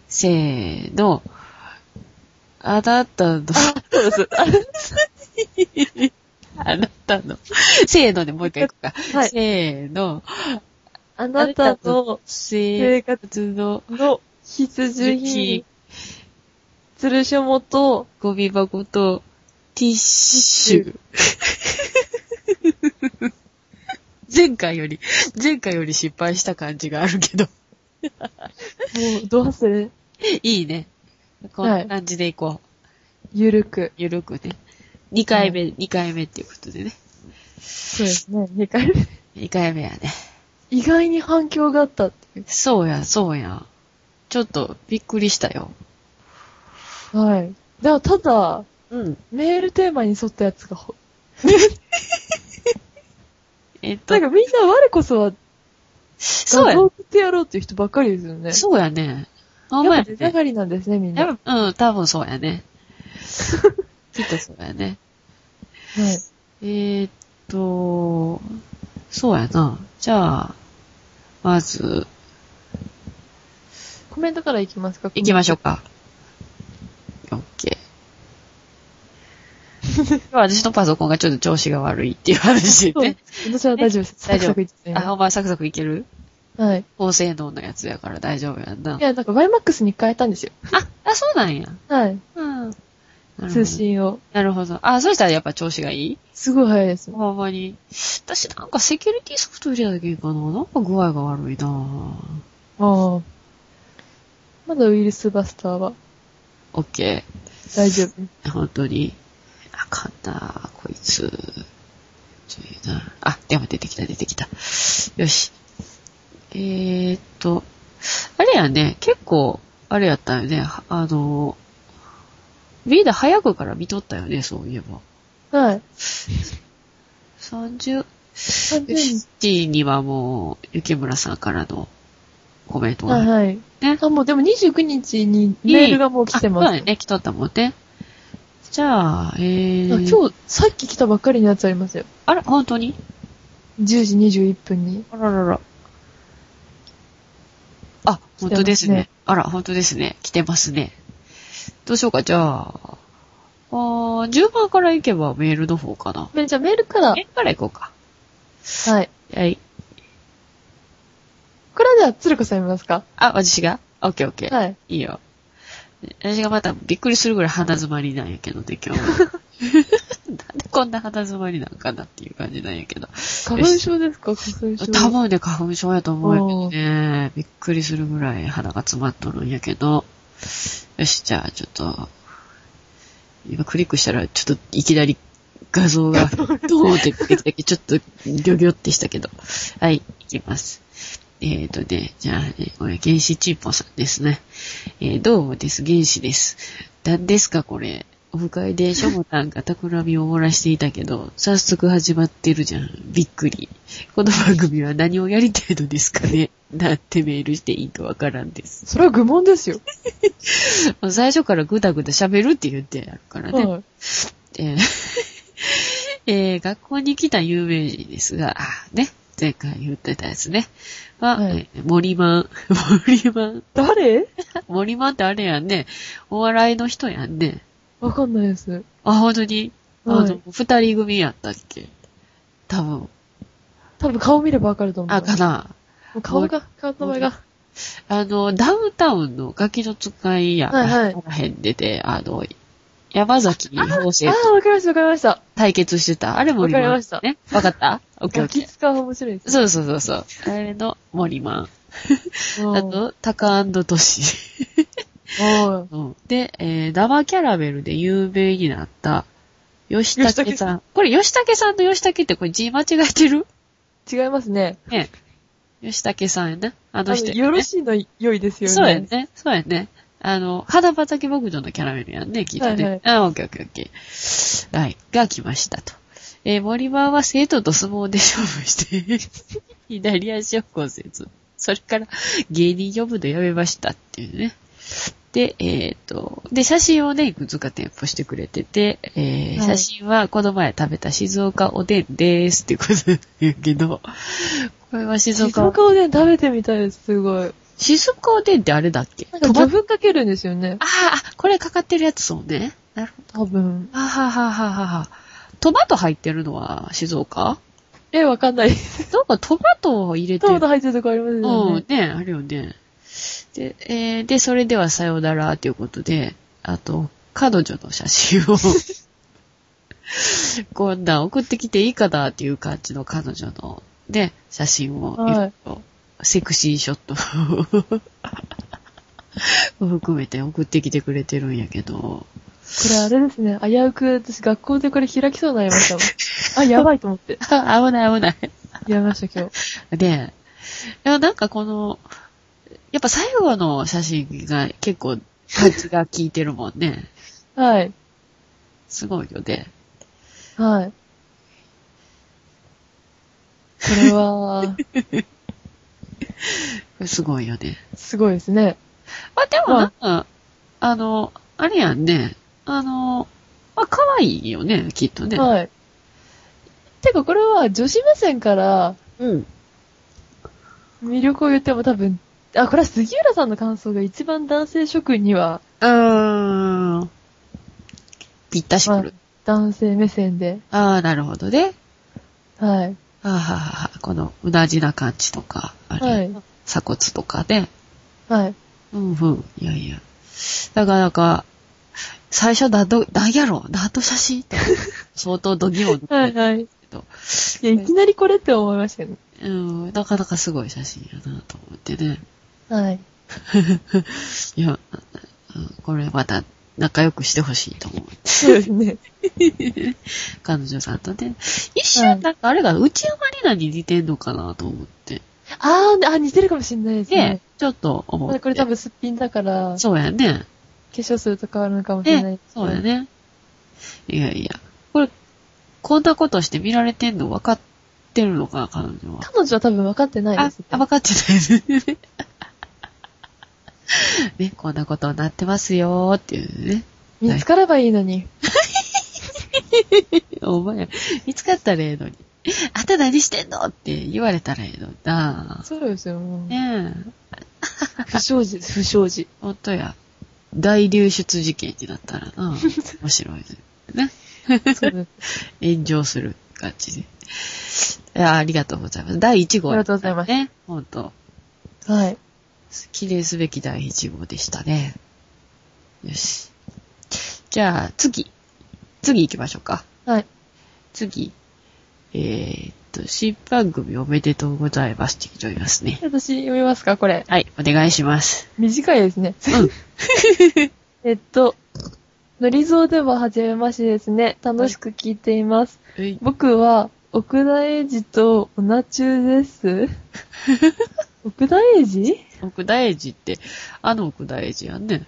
せーの。あなたの、あなたの、せーのでもう一回いくか。 はい。 せーの。 あなたの生活の必需品、吊るしょもと、 ゴミ箱とティッシュ。前回より失敗した感じがあるけど。 もう、どうする？ いいね。こんな感じでいこう。 ゆるくね。2回目っていうことでね。 そうですね、2回目。 2回目やね。 意外に反響があったっていう。 そうや。ちょっとびっくりしたよ。 はい。でもただ、メールテーマに沿ったやつがなんかみんな我こそは、 そうや。 送ってやろうっていう人ばっかりですよね。 そうやね。 やっぱ出たがりなんですね、みんな。 多分そうやね。きっとそうやね。 はい。 そうやな。じゃあ、まず、 コメントからいきますか？ 行きましょうか。オッケー。私のパソコンがちょっと調子が悪いっていう話でね。 私は大丈夫です。 大丈夫。 あ、 お前サクサクいける？ はい。 高性能のやつやから大丈夫やんな。 いや、なんか YMAX に変えたんですよ。 そうなんや。 はい。通信信を。 なるほど。そうしたらやっぱ調子がいい？ すごい早いです。 ほんまに。私なんかセキュリティソフト入れただけいいかな。なんか具合が悪いなぁ。まだウイルスバスターは。 オッケー。大丈夫。 本当に。あかんなこいつ。でも出てきた。よし。あれやね、結構、あれやったよね。リーダー早くから見とったよね、そういえば。 はい。 30日にはもう、雪村さんからのコメントが。 はい。 ね。 もうでも29日にメールがもう来てます。 そうだね、来とったもんね。じゃあ、 今日、さっき来たばっかりのやつありますよ。 あら、本当に ?10 時21分に。 あららら。本当ですね。本当ですね。来てますね。どうしようか、じゃあ、10番から行けばメールの方かな。 じゃあメールから。 行こうか。 はい。 はい。 これでは、つるこさん見ますか？ 私が？オッケー。 はい。 いいよ。私がまたびっくりするぐらい鼻詰まりなんやけどね、今日は。なんでこんな鼻詰まりなんかなっていう感じなんやけど。 花粉症ですか？花粉症。 多分ね、花粉症やと思うよね。びっくりするぐらい鼻が詰まっとるんやけど。よし、じゃあちょっと、今クリックしたらちょっといきなり画像がドーンって出てきたけど、ちょっとギョギョってしたけど。はい、いきます。じゃあね、これ原始チンポさんですね。どうもです、原始です。何ですかこれ。オフ会でショモタンが企みを漏らしていたけど、早速始まってるじゃん。びっくり。この番組は何をやりたいのですかねなんてメールしていいかわからんです。 それは愚問ですよ。 最初からぐだぐだ喋るって言ってやるからね。はい、学校に来た有名人ですが、ね。前回言ってたやつね。森マン。 誰？ 森マンってあれやんね。お笑いの人やんね。 わかんないです。 本当に？二人組やったっけ？多分顔見ればわかると思う。 かな。 顔の前が。 ダウンタウンのガキの使いや。この辺出て、山崎邦生わかりました。 対決してた。あれ森マン。 わかりました。 ね。わかった？オッケー。 ガキ使う面白いです。 そう。あれの森マン。あと、タカ&トシ。で、生キャラメルで有名になった、吉武さん。これ、吉武さんと吉武ってこれ字間違えてる？ 違いますね。 ね。吉武さんやな。人やね。 よろしいの良いですよね。 そうやね。花畑牧場のキャラメルやんね、聞いてね。オッケー。はい。が来ましたと。森場は生徒と相撲で勝負して、左足を骨折。それから芸人呼ぶのやめましたっていうね。で、写真をね、いくつか添付してくれてて、写真はこの前食べた静岡おでんでーすっていうことなんやけど、これは静岡おでん食べてみたいです、すごい。 静かおでんってあれだっけ？ なんか魚粉かけるんですよね。 ああ、これかかってるやつそうね。なるほど。 多分。 はははははは。トマト入ってるのは静岡？ わかんないです。 なんかトマトを入れてる。 トマト入ってるとこありますよね。 うん、ね、あるよね。で、それではさようならということで、あと、彼女の写真を、こんなん送ってきていいかなっていう感じの彼女の、ね、写真を、 はい、 セクシーショットを含めて送ってきてくれてるんやけど。これあれですね、危うく私学校でこれ開きそうになりましたもん。あ、やばいと思って。 危ない危ない。 やめました今日。 で、いや、なんかこの、やっぱ最後の写真が結構パンチが効いてるもんね。 はい。 すごいよね。 はい。これは、 すごいよね。 すごいですね。 まあ、でもなんか、あれやんね。まあ、可愛いよね、きっとね。 はい。てかこれは女子目線から、 うん。 魅力を言っても多分、これは杉浦さんの感想が一番男性諸君には、 ぴったしくる。 男性目線で。 なるほどね。 はい。 このうなじな感じとか、 はい。 鎖骨とかで。 はい。 いやいや。だからなんか、最初なんやろ何の写真って相当度肝を抜けはいはい。いきなりこれって思いましたよね。 なかなかすごい写真やなと思ってね。 はい。 いや、これまた仲良くしてほしいと思う。 そうですね。 彼女さんとね。一瞬なんかあれが内山里奈に似てんのかなと思って。 似てるかもしれないですね。 ちょっと思って。 これ多分すっぴんだから。 そうやね。 化粧すると変わるのかもしれない。 そうやね。いやいや。こんなことして見られてんの分かってるのかな、彼女は。 彼女は多分分かってないですね。 分かってないですね。ね、こんなことになってますよーっていうね。 見つかればいいのに。 お前、見つかったらええのに。あんた何してんのって言われたらええのにな。 そうですよ。 ねえ。 不祥事です、不祥事。 ほんとや。大流出事件になったらな。面白いね。 そうです。 炎上する感じで。いや、ありがとうございます。第1号、 ありがとうございます。 ね、ほんと。 はい。 記念すべき第1号でしたね。よし。じゃあ、次行きましょうか。 はい。 次。新番組おめでとうございますって読みますね。 私読みますか、これ。 はい、お願いします。 短いですね。 うん。 のりぞうでは初めましてですね。楽しく聞いています。 はい、 僕は、奥田英二とオナチュです。奥田英二？ 奥田英二って、奥田英二やんね。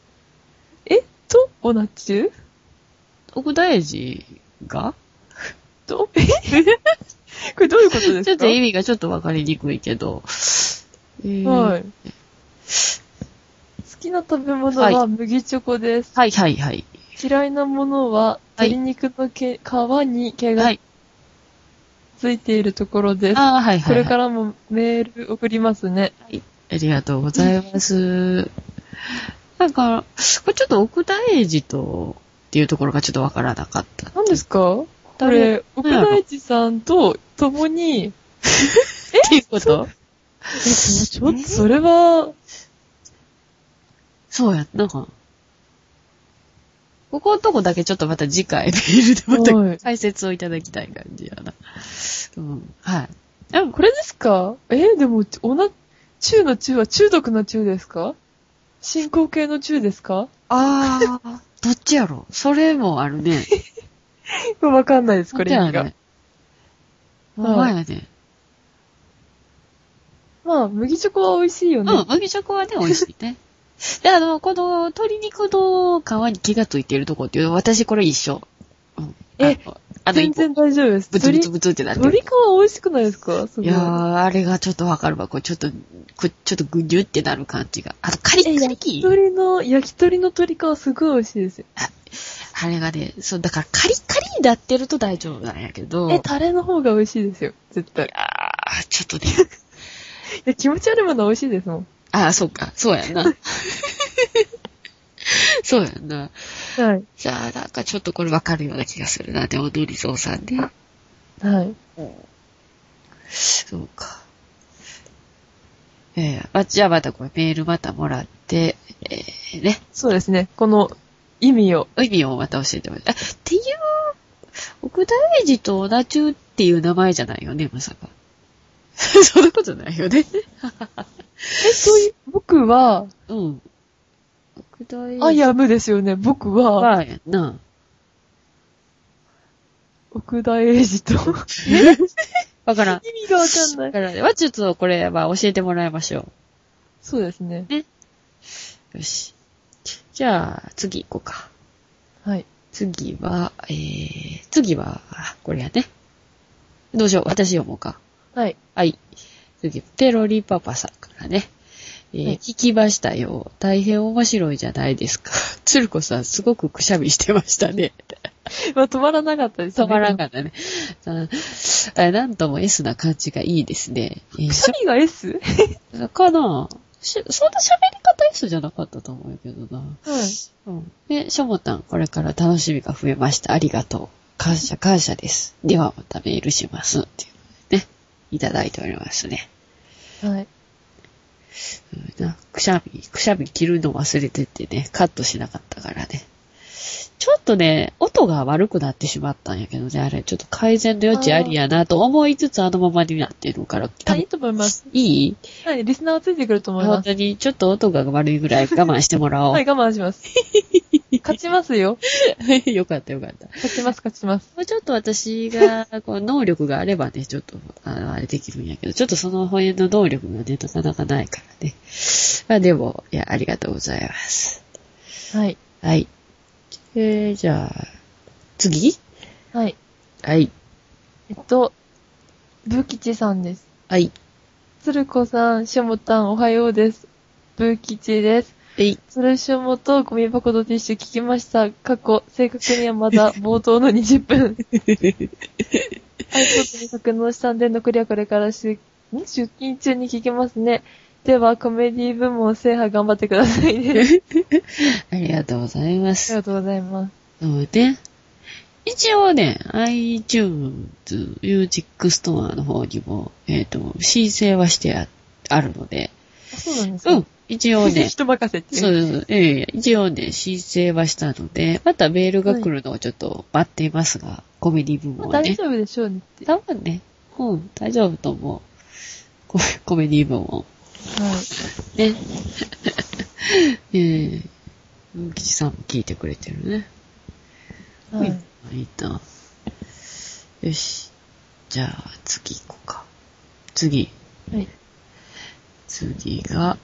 オナチュ？ 奥田英二がこれどういうことですか？ ちょっと意味がちょっとわかりにくいけど。 はい。好きな食べ物は麦チョコです。 はいはいはい。 嫌いなものは鶏肉の皮に毛がついているところです。 はいはい。 これからもメール送りますね。 はい。ありがとうございます。なんか、これちょっと奥田英二とっていうところがちょっとわからなかった。 何ですか？これ、奥田英二さんと共に、 っていうことちょっとそれは、 そうや、なんか、ここのとこだけちょっとまた次回メールでまた解説をいただきたい感じやな。はい。 これですか？でも、中の中は中毒の中ですか？進行形の中ですか？ どっちやろ？それもあるね。 わかんないです、これ意味が。 やね。 まあ、麦チョコは美味しいよね。 麦チョコはね、美味しいね。で、この鶏肉の皮に気がついているとこっていうのは、私これ一緒。 全然大丈夫です。 ブツブツブツってなってる。 鶏皮美味しくないですか？ いやー、あれがちょっとわかるわ。ちょっとぐにゅってなる感じが。カリッカリ。 焼き鳥の鶏皮すごい美味しいですよ。 あれがね、だからカリッカリになってると大丈夫なんやけど。 タレの方が美味しいですよ。絶対。 ちょっとね。 気持ち悪いもの美味しいですもん。 ああ、そうか。そうやんな。そうやんな。 はい。 じゃあ、なんかちょっとこれわかるような気がするな。でも、のりぞうさんね。 はい。 そうか。じゃあまたこれメールまたもらって、ね。 そうですね。この意味を。 意味をまた教えてもらって。っていう、奥田英二と同じっていう名前じゃないよね、まさか。そんなことないよね。 そういう、僕は、 うん。奥田英二。 アイアムですよね。僕は、 やんな。 奥田英二と。 わからん。 意味がわかんない。 だからね、ちょっとこれは教えてもらいましょう。 そうですね。 ね。よし。じゃあ、次行こうか。 はい。 次は、これやね。どうしよう、私読もうか。 はい。 はい。次、ペロリパパさんからね。 はい聞きましたよ。大変面白いじゃないですか。鶴子さん、すごくくしゃみしてましたね。 まあ、止まらなかったですね。 止まらんかったね。なんとも S な感じがいいですね。 くしゃみが S？ かなそんな喋り方 S じゃなかったと思うけどな。 はい。 うん。で、しょもたん、これから楽しみが増えました。ありがとう。感謝です。ではまたメールします。っていうね、いただいておりますね。 はい。 くしゃみ切るの忘れててね、カットしなかったからね。ちょっとね、音が悪くなってしまったんやけどね、あれ、ちょっと改善の余地ありやなと思いつつあのままになってるから、 いいと思います。 いい？ はい、リスナーはついてくると思います。 本当に、ちょっと音が悪いぐらい我慢してもらおう。 はい、我慢します。勝ちますよ。 よかった。 勝ちます。 ちょっと私が、こう、能力があればね、ちょっと、あれできるんやけど、ちょっとその辺の能力がね、なかなかないからね。まあでも、いや、ありがとうございます。 はい。 はい。じゃあ、次？ はい。 はい。 ブキチさんです。 はい。 鶴子さん、しょもたん、おはようです。ブキチです。鶴しょもとゴミ箱とティッシュ聞きました。過去、正確にはまだ冒頭の20分。iPod に格納したんで、残りはこれから出勤中に聞けますね。では、コメディ部門制覇頑張ってくださいね。 ありがとうございます。 ありがとうございます。 そうね。一応ね、iTunes Music Store の方にも、申請はしてあるので。 そうなんですか？ うん。一応ね。 人任せって。 そう。一応ね、申請はしたので、またメールが来るのをちょっと待っていますが、はい、コメディ部門はね。 大丈夫でしょうねって。 多分ね。うん、大丈夫と思う。コメディ部門。 はい。 ね。吉さんも聞いてくれてるね。 はい。 いいな。よし。じゃあ、次行こうか。次。 はい。 次が、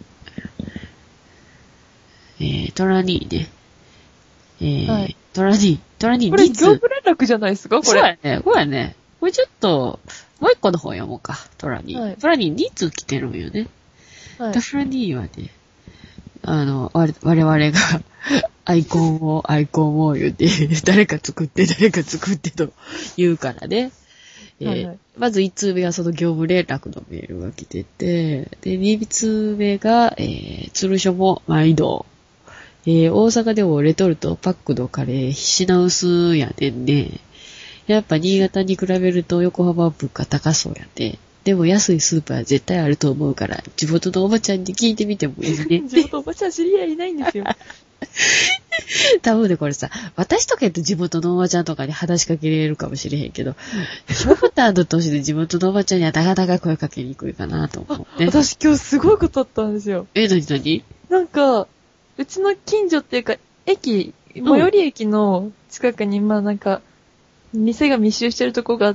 トラニーね。 はい。 トラニーこれ、業務連絡じゃないですかこれ。 そうやね。これちょっと、もう一個の方読もうか。トラニー。はい、トラニー2通来てるんよね。はい。トラニーはね、我々がアイコンを言うて、誰か作ってと言うからね。はいはい、まず1通目はその業務連絡のメールが来てて、で、2通目が、鶴書も毎度。大阪でもレトルトパックのカレー品薄やねんね。やっぱ新潟に比べると横浜物価高そうやね。でも安いスーパー絶対あると思うから、地元のおばちゃんに聞いてみてもいいね。 地元おばちゃん知り合いいないんですよ。 多分ね、これさ、私とかやと地元のおばちゃんとかに話しかけれるかもしれへんけど、ショーターの年で地元のおばちゃんにはなかなか声かけにくいかなと思うね。 私今日すごいことあったんですよ。 何なんか、うちの近所っていうか、最寄り駅の近くに、なんか、店が密集してるとこがあって、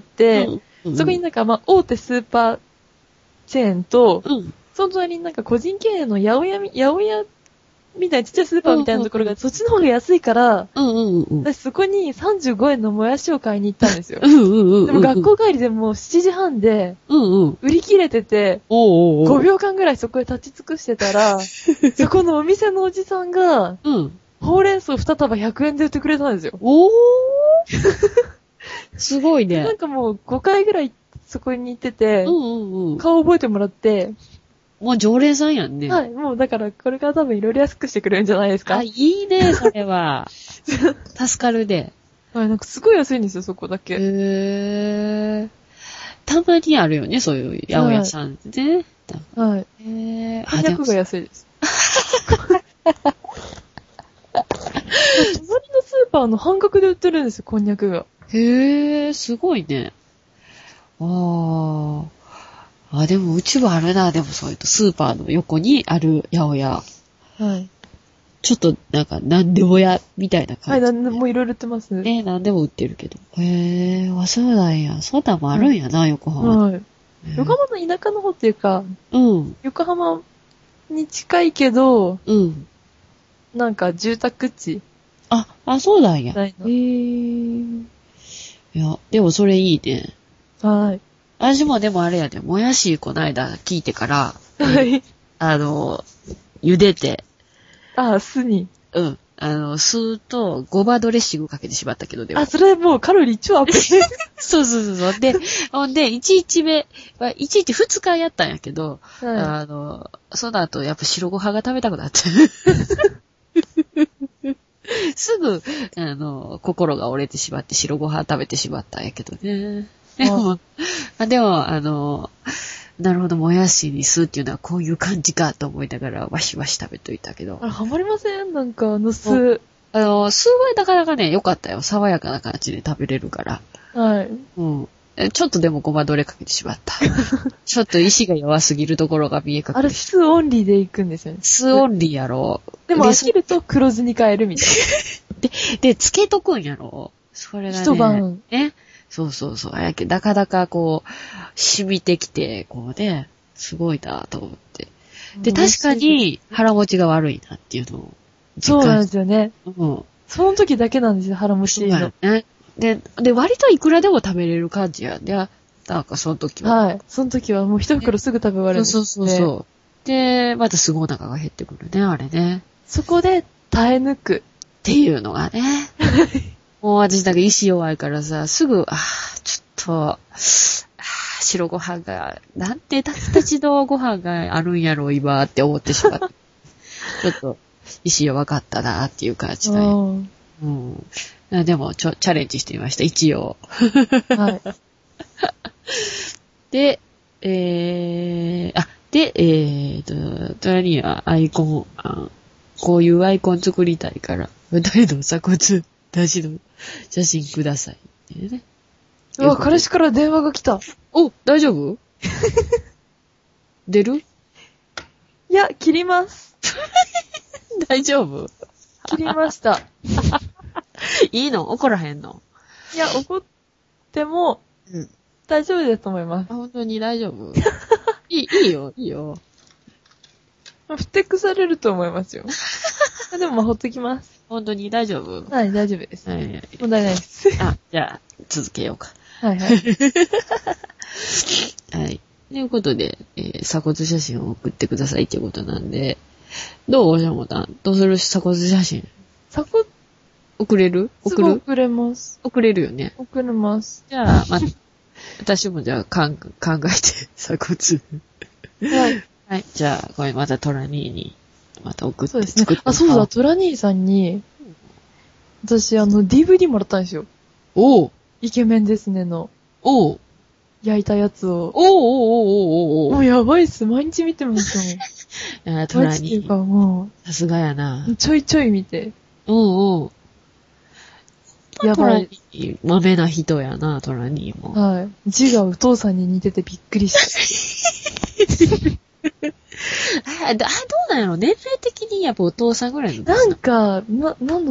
そこになんか大手スーパーチェーンと、その隣になんか個人経営の八百屋みたいなちっちゃいスーパーみたいなところが、そっちの方が安いから、私そこに35円のもやしを買いに行ったんですよ。でも学校帰りでもう7時半で、売り切れてて、5秒間ぐらいそこで立ち尽くしてたら、そこのお店のおじさんが、ほうれん草2束100円で売ってくれたんですよ。すごいね。なんかもう5回ぐらいそこに行ってて、顔覚えてもらって、 もう常連さんやんね。 はい。もうだからこれから多分いろいろ安くしてくれるんじゃないですか。 あ、いいね、それは。助かるで。 はい、なんかすごい安いんですよ、そこだけ。 たまにあるよね、そういう八百屋さんね。 はい。こんにゃくが安いです。隣のスーパーの半額で売ってるんですよ、こんにゃくが。 へー、すごいね。でもうちはあるな、でもそういうと、スーパーの横にある八百屋。 はい。 ちょっとなんか何でも屋みたいな感じ。 はい、なんでもいろいろ売ってますね。 ね、何でも売ってるけど。へー、そうなんや。そんなんもあるんやな、横浜。 はい。横浜の田舎の方っていうか、 うん。 横浜に近いけど、 うん。 なんか住宅地そうなんや。 みたいな。 いや、でもそれいいね。 はい。 私もでもあれやで、もやしこないだ聞いてから、 はい。 茹でて、 酢に。 うん。酢とごまドレッシングかけてしまったけど、でも。 それもうカロリー超アップ。 そう。で、ほんで、1日目は、1日2日やったんやけど、 はその後、やっぱ白ご飯が食べたくなって。すぐ、心が折れてしまって白ご飯食べてしまったんやけどね。でも、なるほど、もやしに酢っていうのはこういう感じかと思いながら、わしわし食べといたけど。 あれ、ハマりません？なんか、酢。 酢はなかなかね、良かったよ。爽やかな感じで食べれるから。 はい。 うん。ちょっとでもごまどれかけてしまった。ちょっと意志が弱すぎるところが見えかけて。 あれ、酢オンリーで行くんですよね。 酢オンリーやろ。 でも飽きると黒酢に変えるみたいで、つけとくんやろ。それがね。 一晩。 ね。そう。やけ、なかなかこう、染みてきて、こうね、すごいなと思って。で、確かに腹持ちが悪いなっていうのを。 そうなんですよね。 うん。 その時だけなんですよ、腹持ちいいの。 ね。で、割といくらでも食べれる感じやん。で、なんかその時は。 はい。その時はもう一袋すぐ食べ終わるんですね。 そう。で、またすぐお腹が減ってくるね、あれね。 そこで耐え抜く。 っていうのがね。もう私だけ意志弱いからさ、すぐ、ちょっと、白ご飯が、なんて炊き立ちのご飯があるんやろ、今って思ってしまって。ちょっと、意志弱かったなっていう感じだよ。うん。でも、チャレンジしてみました、一応。 はい。 で、トラにはアイコン、こういうアイコン作りたいから、誰の鎖骨出しの写真ください。ね、 うわ、彼氏から電話が来た。 お、大丈夫？出る？ いや、切ります。 大丈夫？ 切りました。 いいの？怒らへんの？ いや、怒っても、大丈夫ですと思います。 本当に大丈夫？いいよ。 ふてくされると思いますよ。でも、ほっときます。 本当に大丈夫？ はい、大丈夫です。 はい。 問題ないです。 じゃあ、続けようか。 はい。 はい。ということで、鎖骨写真を送ってくださいっていうことなんで、どうおしゃもたん？どうする鎖骨写真？ 鎖骨送れる？ 送れます。 送れるよね。 送れます。 じゃあ、私もじゃあ考えて、鎖骨。 はい。 はい。じゃあ、これまたトラニーに、また送って。 そうですね。そうだ、トラ兄さんに、私、DVD もらったんですよ。 おう。 イケメンですねの。 おう。 焼いたやつを。 おう。 もうやばいっす。毎日見てますもん。トラニー。 もさすがやな。 ちょいちょい見て。 おう。 やばい。 豆な人やな、トラニーも。 はい。字がお父さんに似ててびっくりした。 どうなんやろ？年齢的にやっぱお父さんぐらいの。 なんか、流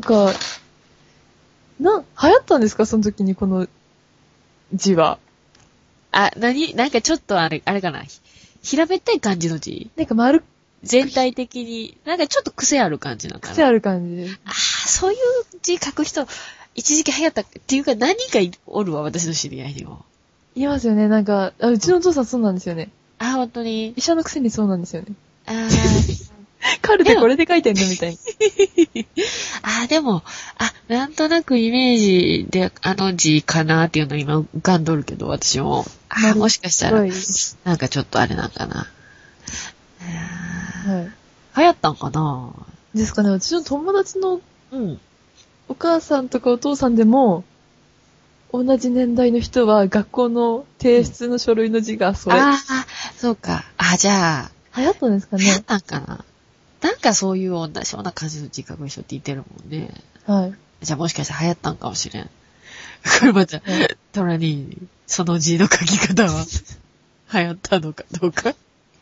行ったんですかその時にこの字は。 なんかちょっとあれかな。平べったい感じの字？ なんか全体的に、なんかちょっと癖ある感じなのかな。 癖ある感じです。 そういう字書く人、一時期流行ったっていうか何人かおるわ、私の知り合いにも。 いますよね。なんか、うちのお父さんそうなんですよね。 本当に。 医者のくせにそうなんですよね。カルテこれで書いてんのみたいに。 でも、なんとなくイメージで字かなっていうの今浮かんどるけど、私も。もしかしたら、なんかちょっとあれなんかな。 はい。 流行ったんかなですかね、私の友達のうん。 お母さんとかお父さんでも、同じ年代の人は学校の提出の書類の字がそれ。 ああ、そうか。あ、じゃあ、 流行ったんですか流行っね。 たんかな。なんかそういう同じような感じの字書く人って言ってるもんね。 はい。 じゃあもしかしたら流行ったんかもしれん。これまた、トラに、その字の書き方は流行ったのかどうか。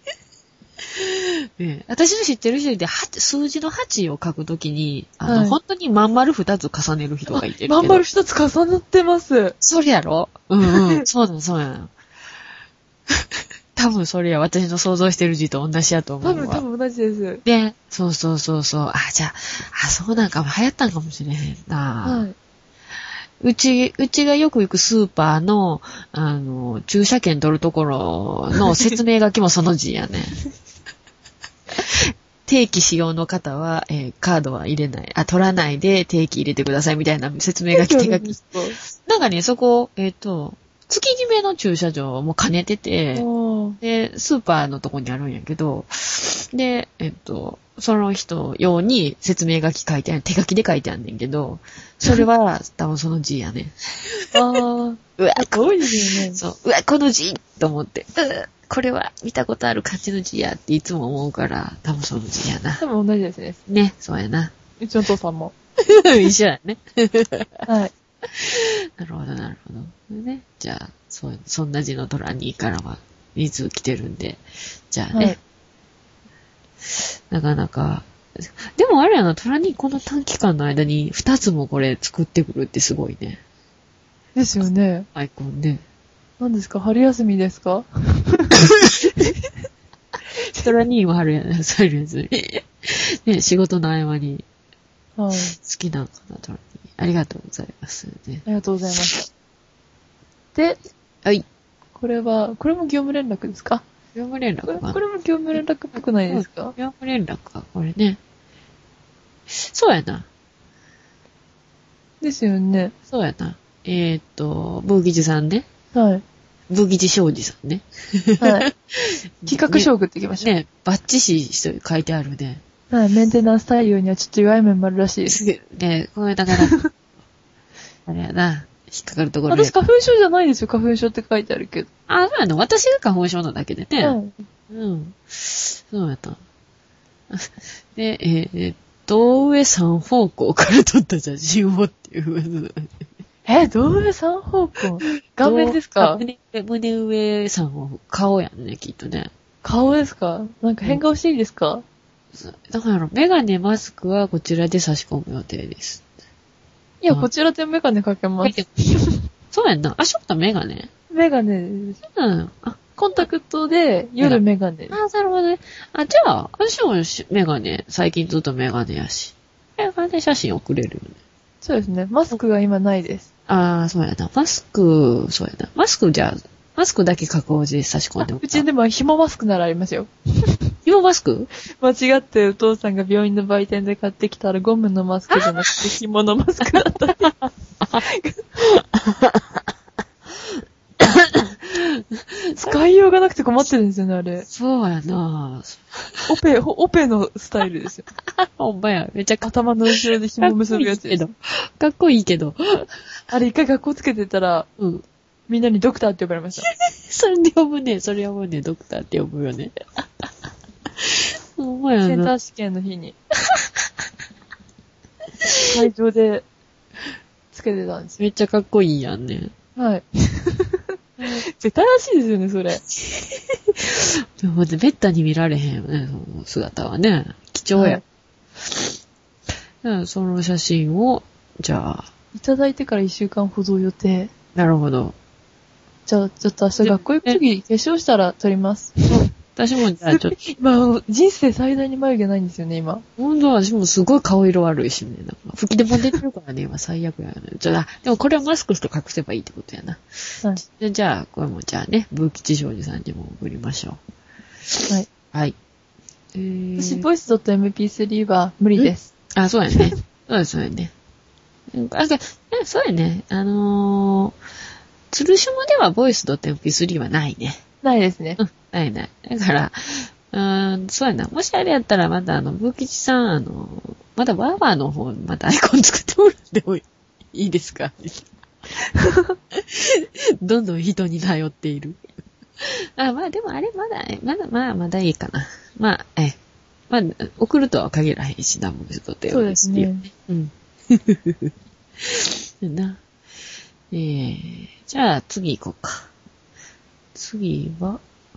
ね、私の知ってる人で、数字の8を書くときに、 はい本当にまん丸2つ重ねる人がいてるけど。 まん丸一つ重なってます。 それやろうんうん。そうだ、そうや。多分それや、私の想像してる字と同じやと思うわ。 多分同じです。 で、そうそうそうそう。あ、じゃあ、そうなんかも流行ったんかもしれへんな。 はい。 うちがよく行くスーパーの、駐車券取るところの説明書きもその字やね。定期使用の方は、カードは入れない。取らないで定期入れてくださいみたいな説明書き、手書き。なんかね、そこ、月決めの駐車場も兼ねてて、で、スーパーのとこにあるんやけど、で、その人用に説明書き書いてある、手書きで書いてあるんねんけど、それは多分その字やね。 ああ。 うわ、 多いですよね。 そう、うわ、この字と思って、これは見たことある感じの字やっていつも思うから、多分その字やな。 多分同じですね。 ね、そうやな。 うちのお父さんも。 一緒やね。 はい。 なるほど、なるほど。ね、じゃあ、そんな字のトラニーからは2通来てるんで、じゃあね。 はい、 なかなか、でもあれやな、トラニーこの短期間の間に2つもこれ作ってくるってすごいね。 ですよね。 アイコンね。 何ですか？春休みですか？ トラニーも春休み。ね、仕事の合間に。 はい。 好きなんかな、トラニー。ありがとうございますね。 ありがとうございました。で、 はい。 これも業務連絡ですか？ 業務連絡かな。 これも業務連絡っぽくないですか？ 業務連絡か、これね。そうやな。 ですよね。 そうやな。ブーギジさんね。 はい。 ブーギジ商事さんね。 はい。企画書を送ってきました。 ね、バッチシ書いてあるね。 はい。メンテナンス対応にはちょっと弱い面もあるらしいです。 ね、これだから、あれやな、引っかかるところ私花粉症じゃないですよ。花粉症って書いてあるけど。 あ、そうやな。私が花粉症なだけでね。 はい。 うん。そうやった。で、同上3方向から撮った写真をっていう。 同上3方向顔面ですか？ 胸上さんは顔やんね、きっとね。 顔ですか？なんか変顔していいですか？ だから、メガネ、マスクはこちらで差し込む予定です。 いや、こちらでメガネかけます。 そうやんな。あ、しょったメガネ？ メガネです。 うん。 コンタクトで夜メガネです。 なるほどね。じゃあ、私もメガネ、最近ずっとメガネやし。メガネ写真送れるよね。 そうですね。マスクが今ないです。 そうやな。マスク、そうやな。マスクだけ加工で差し込んでもうちでも紐マスクならありますよ。 紐マスク？ 間違ってお父さんが病院の売店で買ってきたらゴムのマスクじゃなくて紐のマスクだった。使いようがなくて困ってるんですよね、あれ。 そうやな。 オペのスタイルですよ。 ほんまや。めっちゃ頭の後ろで紐結ぶやつです。 かっこいいけど。 あれ一回学校つけてたら、 うん。 みんなにドクターって呼ばれました。 それ呼ぶね、ドクターって呼ぶよね。ほんまやな。 センター試験の日に。会場でつけてたんですよ。 めっちゃかっこいいやんね。 はい。絶対らしいですよね、それ。 でもめったに見られへんよね、その姿はね。貴重や。はい、その写真を、じゃあ。 いただいてから1週間ほど予定。 なるほど。 じゃあ、ちょっと明日学校行くとき、化粧したら撮ります。 私もじゃあちょっと。 今、人生最大に眉毛ないんですよね、今。 ほんと私もすごい顔色悪いしね。なんか吹き出も出てるからね、今最悪やね。でもこれはマスクして隠せばいいってことやな。 はい。 じゃあ、これもじゃあね、ブー吉祥寺さんにも送りましょう。はい。 はい。 私、voice.mp3 は無理です。 そうやね。そうやね。そうやね。つるしもでは voice.mp3 はないね。 ないですね。 ない。だから、 そうやな。もしあれやったら、またブーキチさん、またワーバーの方にまたアイコン作ってもらってもいいですかどんどん人に頼っている。まあでもあれまだいいかな。まあ、送るとは限らへんしな、もうちょっと手を。 そうですね。 うん。な。じゃあ次行こうか。次は、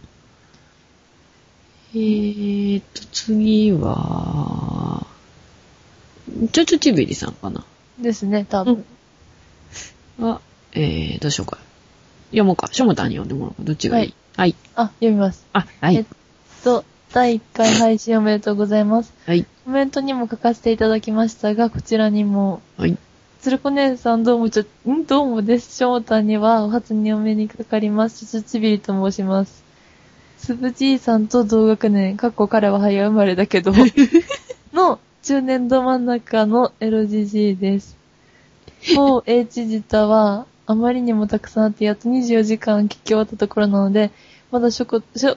次は、ちょちびりさんかな。 ですね、多分。 どうしようか。読もうか。しょもたんに読んでもらおうか。どっちがいい？はい。 あ、読みます。 はい。 第1回配信おめでとうございます。 はい。 コメントにも書かせていただきましたが、こちらにも。 はい。 つるこ姉さんどうもです。しょもたんにはお初にお目にかかります。ちびりと申します。つぶじいさんと同学年、彼は早生まれだけど、の中年度真ん中のエロじじいです。もう H 自体はあまりにもたくさんあってやっと24時間聞き終わったところなので、まだしょこたんじゃ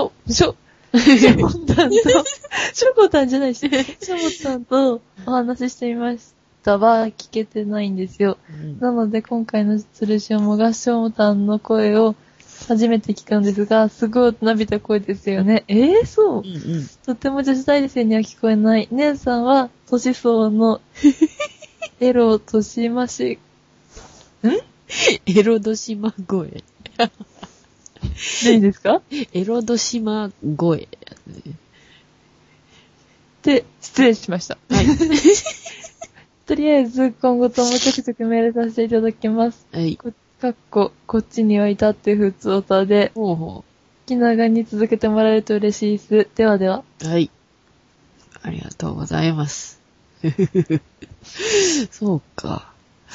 ないし、しょもたんとお話ししてみましたは聞けてないんですよ。なので今回のつるしおもがしょもたんの声を初めて聞くんですが、すごい大人びた声ですよね。そう、とても女子大生には聞こえない。姉さんは年相のエロとしまし、 エロドシマ声。 何ですか？ エロドシマ声。 で、失礼しました。 はい。 とりあえず、今後ともちょくちょくメールさせていただきます。 はい。 こっちにはいたって普通歌で、気長に続けてもらえると嬉しいです。ではでは。 はい。ありがとうございます。そうか。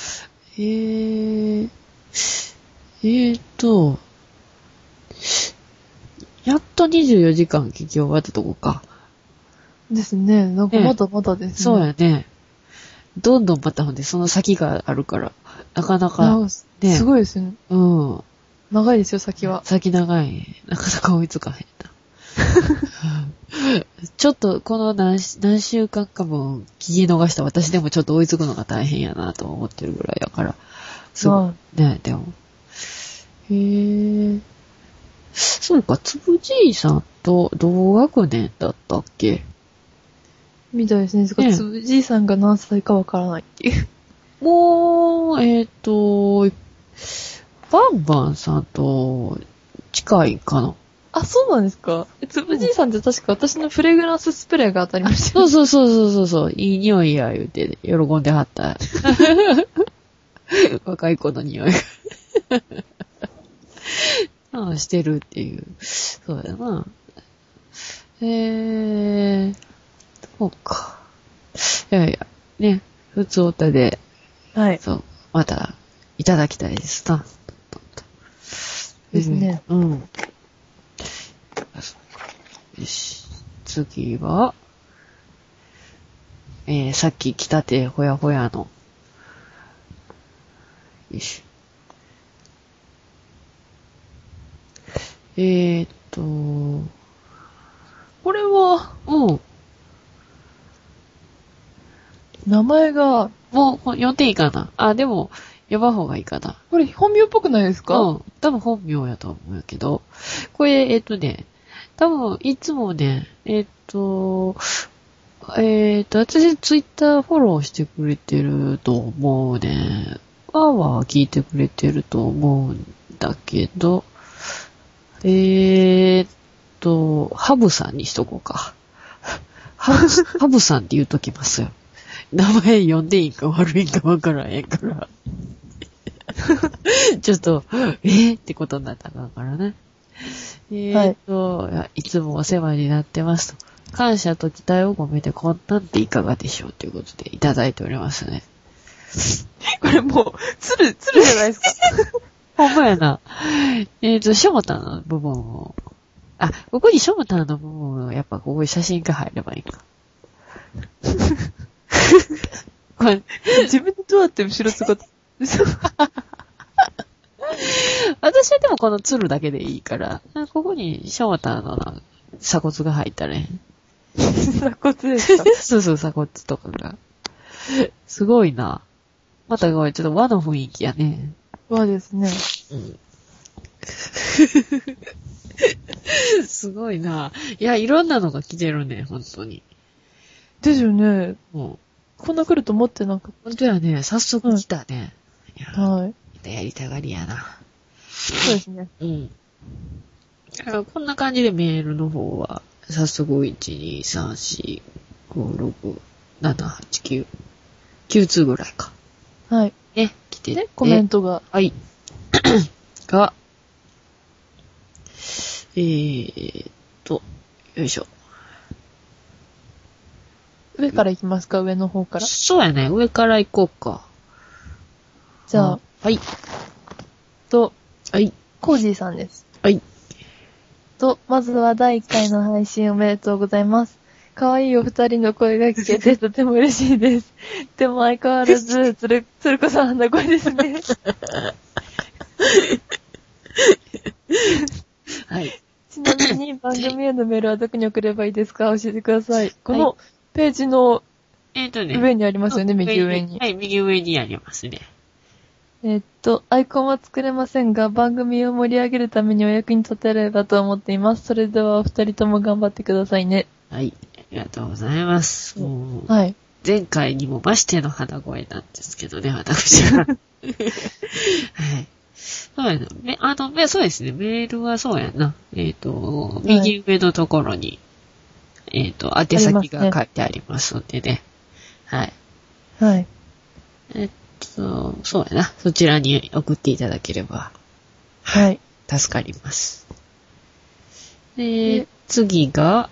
やっと24時間聞き終わったとこか。 ですね。なんかまだまだですね。 そうやね。どんどんまたほんで、その先があるから、なかなか、 ね。すごいですね。 うん。 長いですよ、先は。 先長い。なかなか追いつかへんな。ちょっと、この何週間か分聞き逃した私でもちょっと追いつくのが大変やなと思ってるぐらいやから。そう。ね、でも。そうか、つぶじいさんと同学年だったっけ？ みたいですね。つぶじいさんが何歳かわからないっていう。 もう、バンバンさんと近いかな。 あ、そうなんですか？つぶじいさんって確か私のフレグランススプレーが当たりました。 そう。いい匂いや言うて喜んではった。若い子の匂いが。してるっていう。そうやな。そうか。いや、ね、普通おたで、 はい。 そう、また、いただきたいですな。 ですね。 うん。よし。次は、さっき来たてほやほやの、よいしょ。 これは、名前が、 もう、読んでいいかな？あ、でも、読まん方がいいかな。 これ本名っぽくないですか？ 多分本名やと思うんやけど、これ、多分、いつもね、私ツイッターフォローしてくれてると思うね。は聞いてくれてると思うんだけど、ハブさんにしとこうか。ハブさんって言うときますよ。名前読んでいいか悪いかわからへんから。ちょっと、ってことになったからね。いつもお世話になってますと。感謝と期待を込めてこんなんていかがでしょうということでいただいておりますね。 これもう、つるじゃないですか。 ほんまやな。しょもたんの部分を。あ、ここにしょもたんの部分を、やっぱここに写真が入ればいいか。 これ自分でどうやって後ろ姿私はでもこの鶴だけでいいから、ここにしょもたんの鎖骨が入ったね。 鎖骨ですか？ そうそう、鎖骨とかが。すごいな。またごめん、ちょっと和の雰囲気やね。 和ですね。 うん。すごいな。いや、いろんなのが来てるね、本当に。 ですよね。 もう。 こんな来ると思ってなかっ本当やね、早速来たね。いた。はい。 やりたがりやな。 そうですね。 うん。こんな感じでメールの方は、早速、1、2、3、4、5、6、7、8、9、9通ぐらいか。 はい。 ね、来てて。 で、コメントが。 はい。が、よいしょ。 上から行きますか？上の方から。 そうやね、上から行こうか。 じゃあ。 はい。はい。 コージーさんです。 はい。 まずは第1回の配信おめでとうございます。可愛いお二人の声が聞けてとても嬉しいです。でも相変わらず、つるこさんの声ですね。 はい。 ちなみに番組へのメールはどこに送ればいいですか？教えてください。このページの上にありますよね、右上に。 はい、右上にありますね。 アイコンは作れませんが、番組を盛り上げるためにお役に立てればと思っています。それではお二人とも頑張ってくださいね。 はい、ありがとうございます。 はい。 前回にも増しての鼻声なんですけどね、私は。はい。そうやな。そうですね、メールはそうやな。右上のところに、宛先が書いてありますのでね。はい。 はい。 そうやな。そちらに送っていただければ。 はい。 助かります。次が、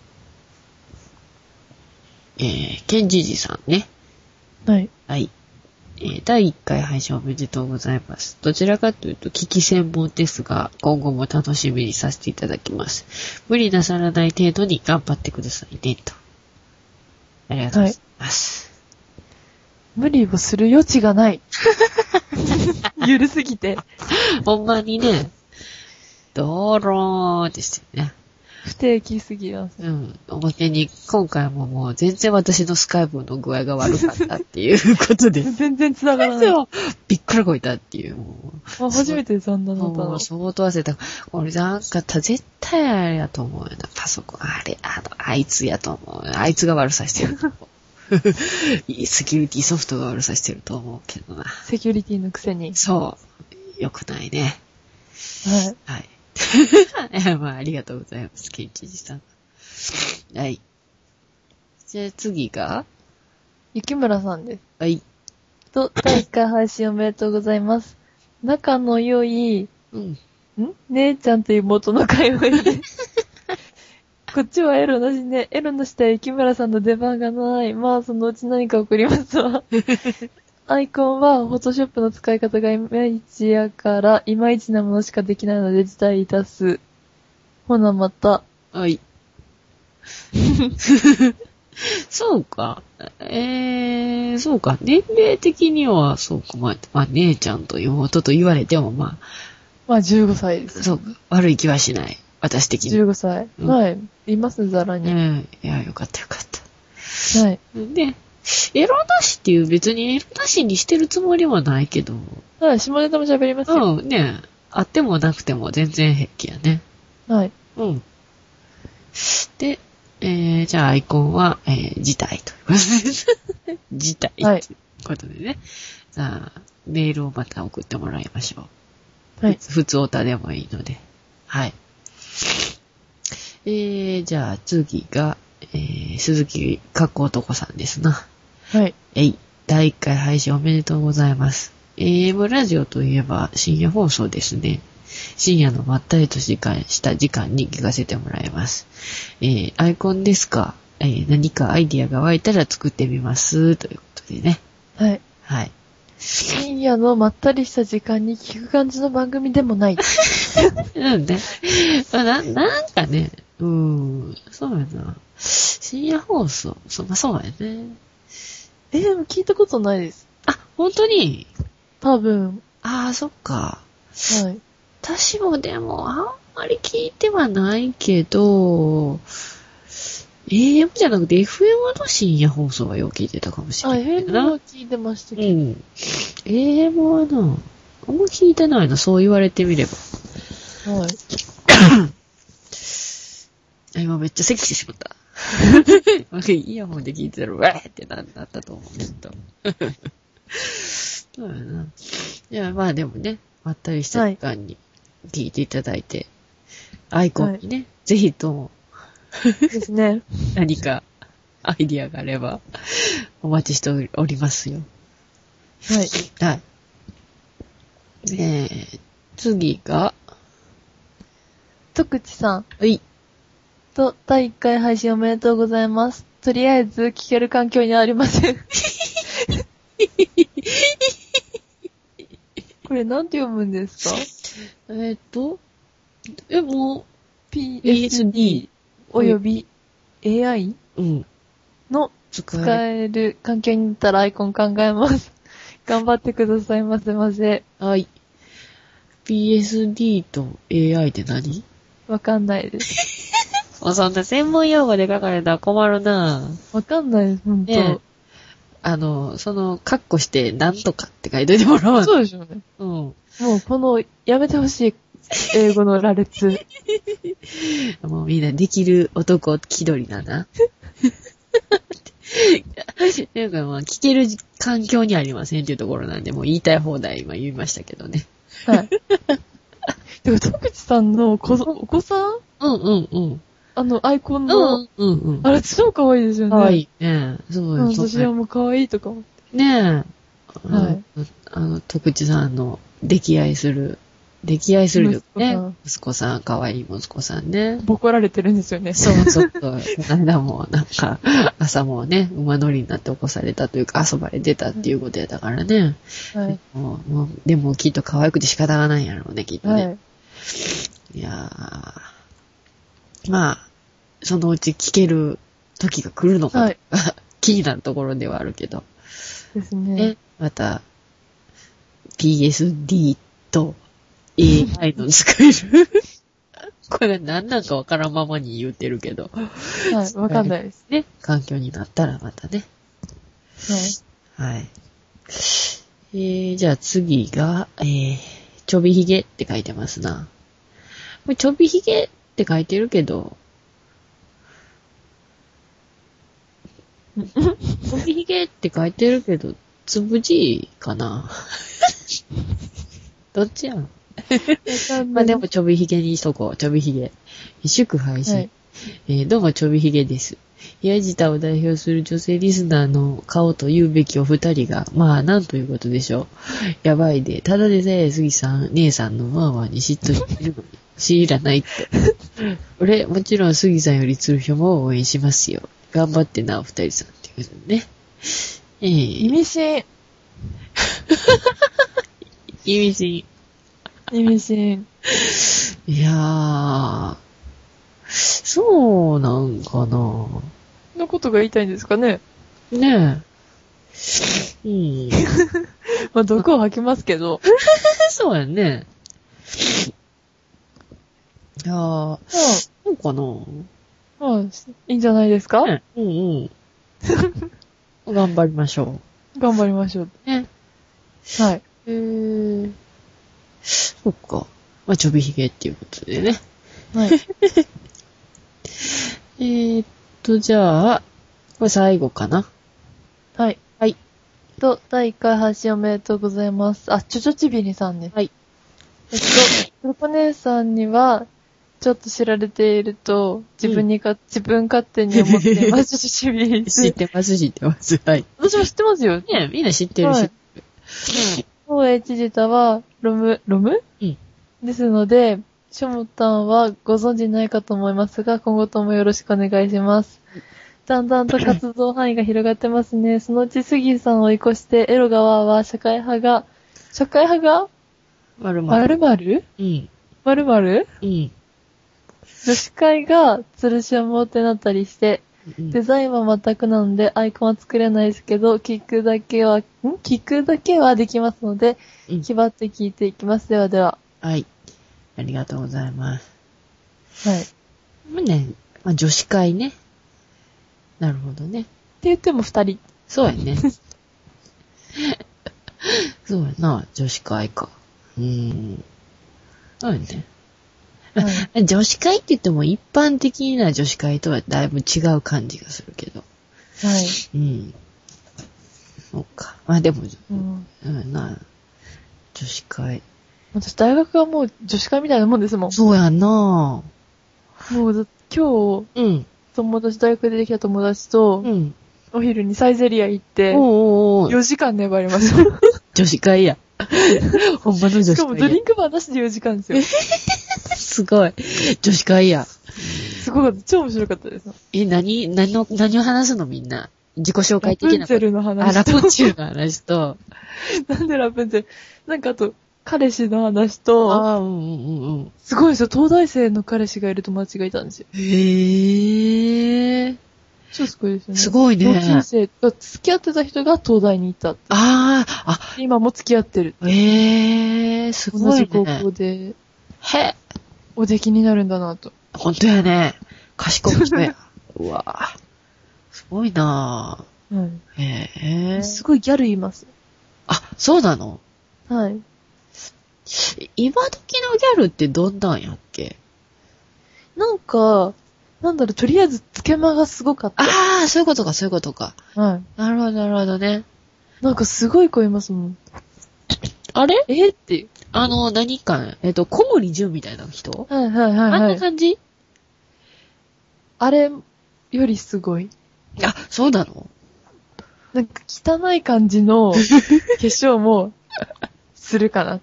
ケンジジさんね。 はい。 はい。第1回配信おめでとうございます。どちらかというと聞き専門ですが、今後も楽しみにさせていただきます。無理なさらない程度に頑張ってくださいね、と。ありがとうございます。 はい、無理をする余地がない。ゆるすぎて。 ほんまにね、ドローンですよね。 不定期すぎます。 うん。おまけに、今回ももう全然私のスカイプの具合が悪かったっていうことで。 全然繋がらない。 びっくらこいたっていう。 初めてそんなのもう相当焦った。俺なんか絶対あれやと思うよな。パソコン。あいつやと思う。あいつが悪さしてると思う。セキュリティソフトが悪さしてると思うけどな。 セキュリティのくせに。 そう。よくないね。 はい。 はい。まあ、ありがとうございます、ケンチジさん。はい。じゃあ次が雪村さんです。 はい。 第1回配信おめでとうございます。仲の良い、姉ちゃんと妹の会話で。こっちはエロなしね。エロなしで雪村さんの出番がない。まあ、そのうち何か送りますわ。アイコンは、フォトショップの使い方がいまいちやから、いまいちなものしかできないので辞退いたす。ほな、また。 はい。そうか。そうか。年齢的には、そうか。まあ、姉ちゃんと妹と言われても、まあ、15歳です。 そうか。悪い気はしない。私的に。 15歳。はい。いますね、ざらに。 いや、よかったよかった。 はい。 で、エロなしっていう別にエロなしにしてるつもりはないけど。 はい、下ネタも喋りますよ。 ね。あってもなくても全然平気やね。 はい。 で、じゃあアイコンは、辞退ということで。辞退ということでね。はい、さあ、メールをまた送ってもらいましょう。はい。普通オタでもいいので。はい。じゃあ次が、鈴木かっこ男さんですな。 はい。 第1回配信おめでとうございます。AM ラジオといえば深夜放送ですね。深夜のまったりとした時間に聞かせてもらいます。アイコンですか、何かアイディアが湧いたら作ってみます。ということでね。 はい。 はい。 深夜のまったりした時間に聞く感じの番組でもない。 うんね。なんかね、そうやな。深夜放送。そうやね。 でも聞いたことないです。 あ、本当に？ 多分。 ああ、そっか。 はい。 私もでも、あんまり聞いてはないけど、AM じゃなくて FM の深夜放送はよく聞いてたかもしれない。 FM は聞いてましたけど。 うん。AM はな、あんま聞いてないな、そう言われてみれば。 はい。 今めっちゃ咳してしまった。イヤホンで聞いてたら、わーってなったと思うね、と。そうやな。いや、まあでもね、まったりした時間に聞いていただいて、アイコンにね、ぜひとも、 ですね。 何かアイディアがあれば、お待ちしておりますよ。 はい。 はい。次が、 徳地さん。 はい。 と、第1回配信おめでとうございます。とりあえず、聞ける環境にはありません。これ、なんて読むんですか？ もう、 PSD および AI の使える環境になったらアイコン考えます。頑張ってくださいませませ。 はい。PSD と AI って何？ わかんないです。 もうそんな専門用語で書かれたら困るなぁ。 わかんないです、ほんと。 ね、カッコしてなんとかって書いといてもらわん。 そうでしょうね。うん。もうこの、やめてほしい英語の羅列。 もうみんなできる男気取りだな。なんかまあ聞ける環境にありませんっていうところなんで、もう言いたい放題今言いましたけどね。 はい。でも、徳地さんのお子さん？ うんうんうん。 アイコンの、 うんうんうん。 あれ超可愛いですよね。 可愛いね。そうです。 私はもう可愛いとか思って。 ねえ。 はい。 徳地さんの溺愛するね。息子さん、可愛い息子さんね。 ボコられてるんですよね。 そうそう。この間もなんか、朝もね、馬乗りになって起こされたというか、遊ばれてたっていうことやったからね。 はい。 でもきっと可愛くて仕方がないんやろうね、きっとね。 はい。 いやー。まあ、そのうち聞ける時が来るのか、はい、気になるところではあるけど。 ですね。 また、PSD と AI の使えるこれ何なんかわからんままに言うてるけど。 はい、わかんないです。 ね、環境になったらまたね。 はい。 はい。じゃあ次が、ちょびひげって書いてますな。これちょびひげって書いてるけど、ちょびひげって書いてるけど、つぶじかなどっちやんまあでもちょびひげにしとこう。ちょびひげ。祝配信。はい、どうもちょびひげです。ヤジタを代表する女性リスナーの顔と言うべきお二人が、まあなんということでしょう。やばいで、ただでさえ杉さん、姉さんのワーワーに嫉妬してるのに、知らないって。俺、もちろん杉さんより鶴ひょも応援しますよ。頑張ってな、お二人さんっていうことでね。 意味深。 意味深。 意味深。 いやー、そうなんかな。 のことが言いたいんですかね。 ねえ。うん。 まあ、毒を吐きますけど。 そうやね。いやー、そうかな。 まあ、いいんじゃないですか、 ね、うんうん。頑張りましょう。頑張りましょう。 ね。 はい。 そっか。まあ、ちょびひげっていうことでね。 はい。 じゃあ、これ最後かな。 はい。 はい。 第1回配信おめでとうございます。ちょちょちびりさんね。 はい。 ルコ姉さんには、ちょっと知られていると、自分勝手に思っています。ちょちょちびり。 知ってます。はい。 私も知ってますよ。 ね、みんな知ってる、はい、 当H自体は、ロムうん。ですので、ショモタンはご存知ないかと思いますが、今後ともよろしくお願いします。だんだんと活動範囲が広がってますね。そのうち杉さんを追い越して、エロ側は社会派が 〇 〇 うん。 〇〇 うん。 女子会が吊るしを持ってなったりして、デザインは全くなのでアイコンは作れないですけど、聞くだけはできますので、気張って聞いていきます。ではでは。 はい。ありがとうございます。 はい。ってまあね、まあ女子会ね。なるほどね。 言っても2人。 そうやね。そうやな、女子会か。そうやね。 はい。 女子会って言っても一般的な女子会とはだいぶ違う感じがするけど。 はい。 そうか。まあでも、 うん女子会。 私、大学はもう女子会みたいなもんですもん。 そうやんな。 もう、今日、大学でできた友達と、お昼にサイゼリア行って、4時間粘りました。 女子会や。ほんまの女子会や。 しかもドリンクバーなしで4時間ですよ。 すごい。女子会や。 すごかった。超面白かったです。 何を話すのみんな。自己紹介的な。 ラプンツェルの話と。 ラプンツェルの話と。 なんでラプンツェルなんかあと、彼氏の話と、すごいですよ。東大生の彼氏がいる友達がいたんですよ。 へー。 超すごいですよね。 すごいね。 同級生が付き合ってた人が東大に行ったって。今も付き合ってる。 すごいね。 同じ高校で。お出来になるんだなと。 ほんとやね。賢い人や。うわぁ。すごいなぁ。 すごいギャルいます。 そうなの？ はい。 今時のギャルってどんなんやっけ？ なんか、とりあえず、つけまがすごかった。 そういうことか、そういうことか。 はい。 なるほど、なるほどね。 なんかすごい子いますもん。 あれ？ っていう。 何か、小森純みたいな人？ はい。 あんな感じ？ あれよりすごい。 そうなの？ なんか汚い感じの化粧もするかなって。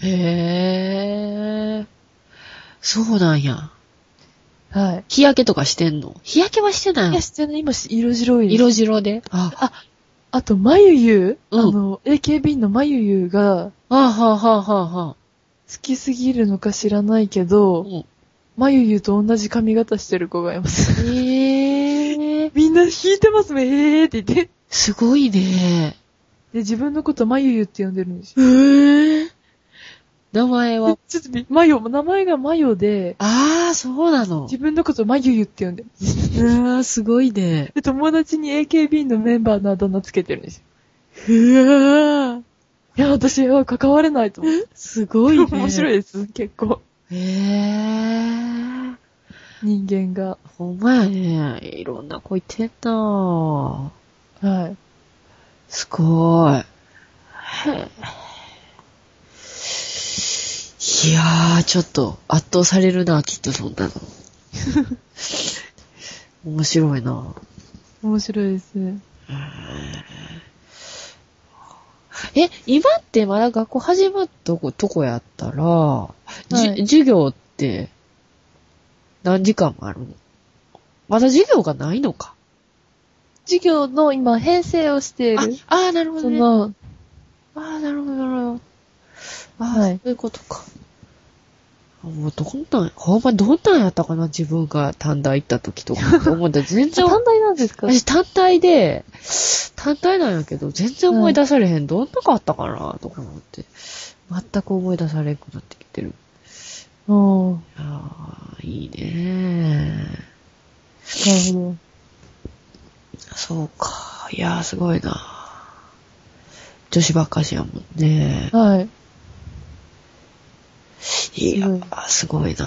そうなんや。 はい。 日焼けとかしてんの？日焼けはしてないの？ いや、してない。今、色白いです。 色白で？ あと、まゆゆAKB のまゆゆが、好きすぎるのか知らないけど、まゆゆと同じ髪型してる子がいます。みんな引いてますね、って言って。 すごいね。 で、自分のことまゆゆって呼んでるんですよ。 名前はちょっと名前がまよで、 そうなの。 自分のことまゆゆって呼んでる。 すごいね。 で、友達に AKB のメンバーのあだ名つけてるんですよ。いや、私は関われないと思う。 すごいね。 面白いです、結構。人間が。 ほんまやね。いろんな子いてんなぁ。 はい。 すごい。いやー、ちょっと圧倒されるな、きっとそんなの。面白いな。 面白いです。 今ってまだ学校始まったとこやったら、はい、授業って何時間もあるの？まだ授業がないのか。 授業の今編成をしている。 なるほどね。なるほど、なるほど。はい。そういうことか。もうほんまどんなんやったかな、自分が短大行った時とか。思ったら全然。 短大なんですか？ 私単体なんやけど、全然思い出されへん。どんなかあったかな、とか思って。全く思い出されんくなってきてる。いいねなるほど。 そうか。いやー、すごいな。女子ばっかしやもんね。 はい。 いやー、すごいな。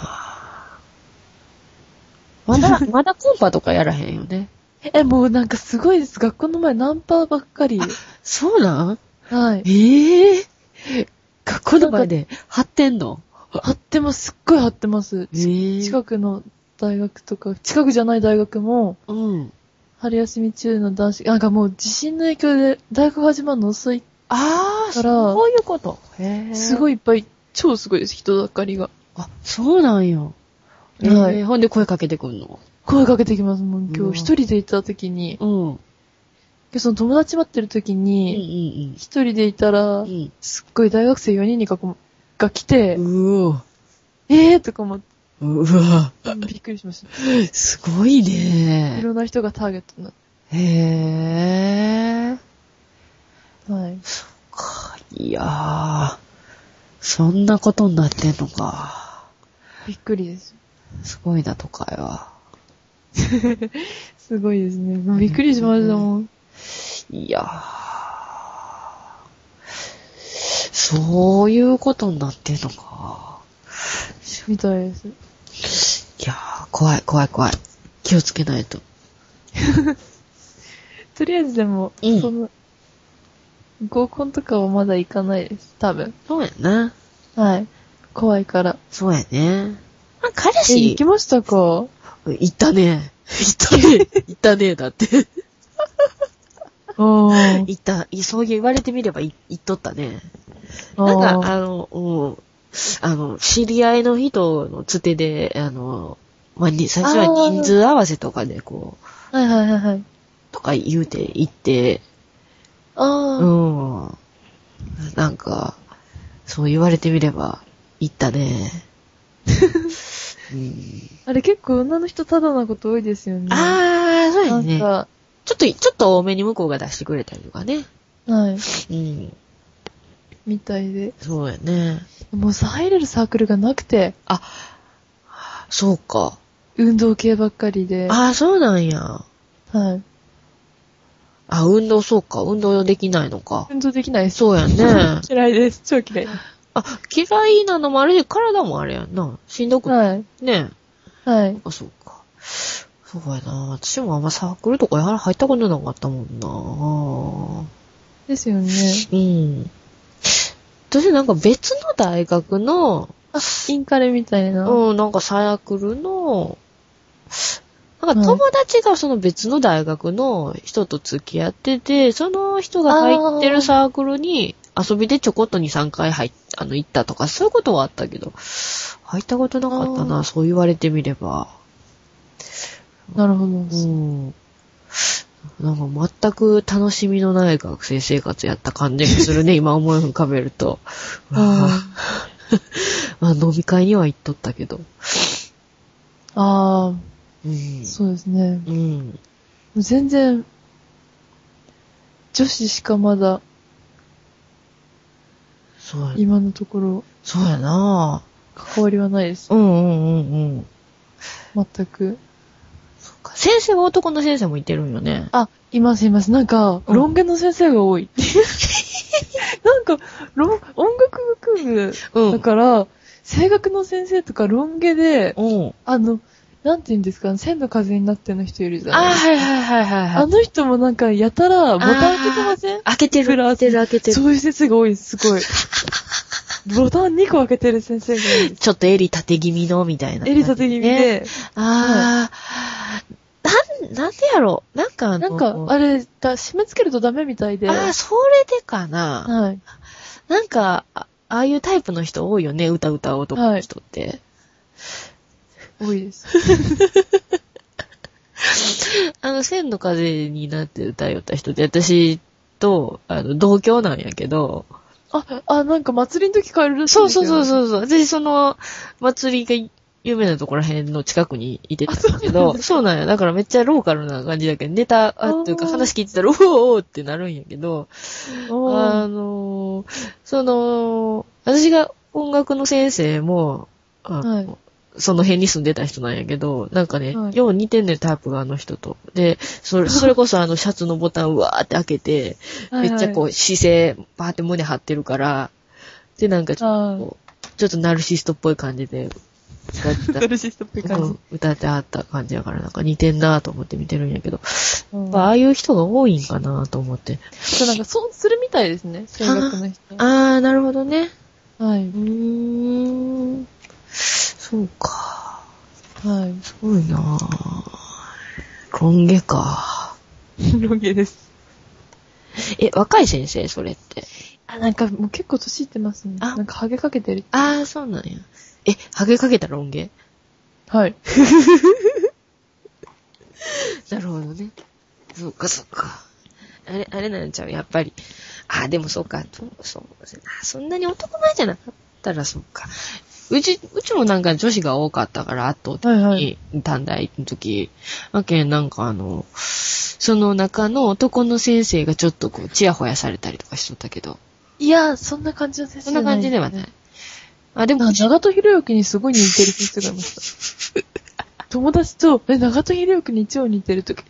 まだコンパとかやらへんよね。 もうなんかすごいです。学校の前ナンパばっかり。 そうなん？ はい。 学校の前で張ってんの？ 張ってます。すっごい張ってます。近くの大学とか、近くじゃない大学も、春休み中の男子、なんかもう地震の影響で大学始まるの遅いから、 そういうこと。 すごいいっぱい、超すごいです、人だかりが。 そうなんよ。ほんで声かけてくんの？ 声かけてきます。もう今日一人でいた時に、その友達待ってる時に、一人でいたら、すっごい大学生4人が来て、とか思って、びっくりしました。 すごいね。 いろんな人がターゲットになって。はい。 そっか。いやー、そんなことになってんのか。 びっくりです。 すごいな、都会は。 すごいですね。びっくりしましたもん。 いやー。そういうことになってんのか。 みたいです。 いやー、怖い。気をつけないと。 とりあえずでも、その、合コンとかはまだ行かないです。多分。 そうやな。 はい。怖いから。 そうやね。彼氏。 行きましたか？ 行ったね。だって。行った。そう言われてみれば行っとったね。なんか、知り合いの人のつてで、最初は人数合わせとかでこう、はい。 とか言うて行って、なんか、そう言われてみれば行ったね。 あれ結構女の人ただなこと多いですよね。 そうやね。ちょっと多めに向こうが出してくれたりとかね。 はい。みたいで。 そうやね。 もう入れるサークルがなくて。 そうか。 運動系ばっかりで。 そうなんや。 はい。 運動できないのか。 運動できないです。 そうやね。 嫌いです。超嫌い。 嫌いなのもあるし、体もあれやんな。しんどくて。 はい。 ねはい。 そうか。そうやな。私もあんまサークルとか入ったことなかったもんな。 ですよね。 私なんか別の大学の、 インカレみたいな。 なんかサークルの、なんか友達がその別の大学の人と付き合ってて、その人が入ってるサークルに遊びでちょこっと2、3回行ったとか、そういうことはあったけど、入ったことなかったな、そう言われてみれば。 なるほど。 なんか全く楽しみのない学生生活やった感じがするね、今思い浮かべると。飲み会には行っとったけど。 そうですね。全然、女子しかまだ、今のところ、 そうやな関わりはないです。全く。 先生は男の先生もいてるんよね。 います。なんか、ロン毛の先生が多い。なんか、音楽学部だから、声楽の先生とかロン毛で、なんて言うんですか、千の風になっての人いるじゃないですか。あの人もなんか、やたら、ボタン開けてません？ 開けてる。 そういう先生が多いです、すごい。ボタン2個開けてる先生が多いです。 ちょっと襟縦気味の、みたいな。 襟縦気味で。 なんでやろなんかあれ、締め付けるとダメみたいで。 それでかな。 はい。 なんか、ああいうタイプの人多いよね、歌う男の人って。 多いです。 千の風になって歌いよった人って私と、同郷なんやけど。 なんか祭りの時帰るらしいですよね。 そう。私その、祭りが有名なところら辺の近くにいてたんだけど、そうなんや。だからめっちゃローカルな感じだけど、ネタ、っていうか話聞いてたら、おーってなるんやけど、私が音楽の先生も、その辺に住んでた人なんやけど、なんかね、よう似てんねん、タイプがあの人と。で、それこそシャツのボタンうわーって開けて、めっちゃこう姿勢、バーって胸張ってるから、で、なんかちょっとナルシストっぽい感じで、 ナルシストっぽい感じ。 歌ってあった感じやからなんか似てんなと思って見てるんやけど、ああいう人が多いんかなと思って。 なんかそうするみたいですね、声楽の人。 なるほどね。 はい。 そうか。 はい。 すごいなぁ。ロン毛か。 ロン毛です。 若い先生それって。 なんかもう結構年いってますね。なんかハゲかけてる。 そうなんや。ハゲかけたロン毛？ はい。 なるほどね。そうか。あれなんちゃうやっぱり。でもそうか。そんなに男前じゃなかったらそうか。うちもなんか女子が多かったから、圧倒的に、短大の時。なんかその中の男の先生がちょっとこう、チヤホヤされたりとかしとったけど。 いや、そんな感じの先生じゃない。 そんな感じではない。 あ、でも、 長門博之にすごい似てる人がいました。友達と、長門博之に超似てるとか。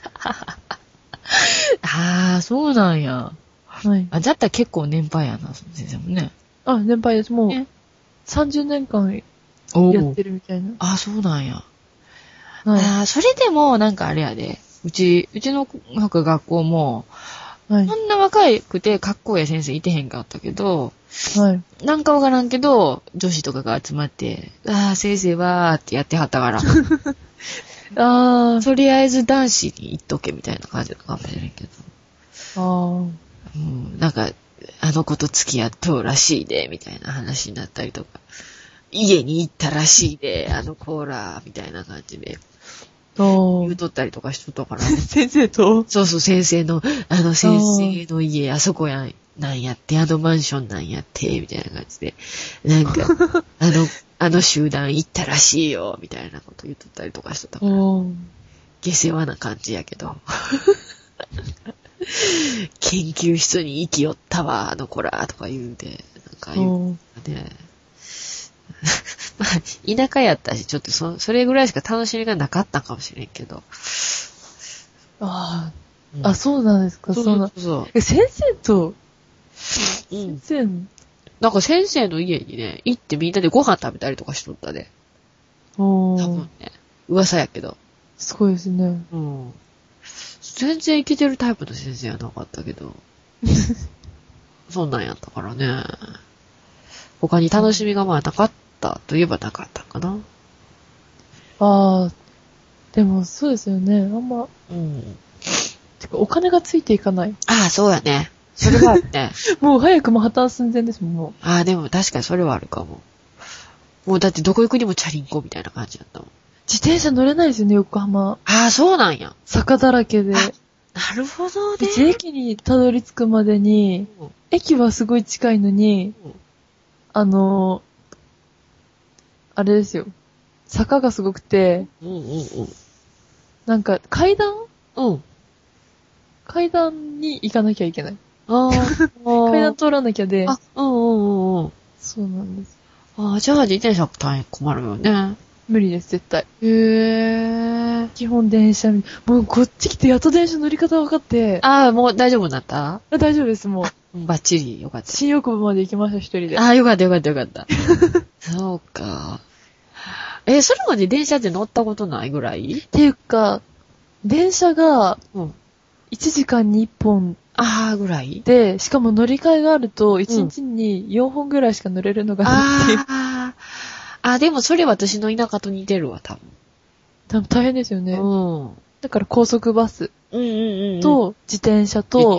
ああ、そうなんや。 はい。 あ、だったら結構年配やな、その先生もね。 あ、年配です。もう、30年間やってるみたいな。 あ、そうなんや。 はい。 ああ、それでも、なんかあれやで。うちの学校も、 はい。 そんな若くてかっこいい先生いてへんかったけど、 はい。 なんかわからんけど、女子とかが集まって、ああ、先生はーってやってはったから。 あとりあえず男子に言っとけみたいな感じかもしれんけど。 あ。 なんか、あの子と付き合っとうらしいで、みたいな話になったりとか。家に行ったらしいで、あの子ら、みたいな感じで。言うとったりとかしとったから。 先生とそうそう、先生の家、あそこなんやって、あのマンションなんやって、みたいな感じで。なんか、あの集団行ったらしいよ、みたいなこと言っとったりとかしとったから。下世話な感じやけど。研究室に行きよったわ、あの子ら、とか言うて、なんか言うね。まあ、田舎やったし、ちょっとそれぐらいしか楽しみがなかったかもしれんけど。 ああ、そうなんですか、そうなん。先生と、先生なんか先生の家にね、行ってみんなでご飯食べたりとかしとったで。多分ね。噂やけど。 すごいですね。 全然イケてるタイプの先生はなかったけど。そんなんやったからね。他に楽しみがまあなかったといえばなかったかな。 ああ、でもそうですよね。あんま。てか、お金がついていかない。 ああ、そうやね。それはあるね。 もう早くも破綻寸前ですもん、もう。 ああ、でも確かにそれはあるかも。もうだってどこ行くにもチャリンコみたいな感じだったもん。 自転車乗れないですよね、横浜。 ああ、そうなんや。 坂だらけで。なるほどね。 駅にたどり着くまでに、駅はすごい近いのに、あれですよ。坂がすごくて、なんか階段に行かなきゃいけない。階段通らなきゃで。そうなんです。 じゃあ自転車大変困るよね。 無理です、絶対。基本電車もうこっち来てやっと電車乗り方分かって。 もう大丈夫になった？ 大丈夫です、もう。バッチリ、よかった。 新横浜まで行きました、一人で。 よかった。そうか。それまで電車って乗ったことないぐらい？ っていうか、電車が、1時間に1本。 ぐらいで、しかも乗り換えがあると、1日に4本ぐらいしか乗れるのがあっていう。でもそれ私の田舎と似てるわ、多分大変ですよね。だから高速バスと自転車と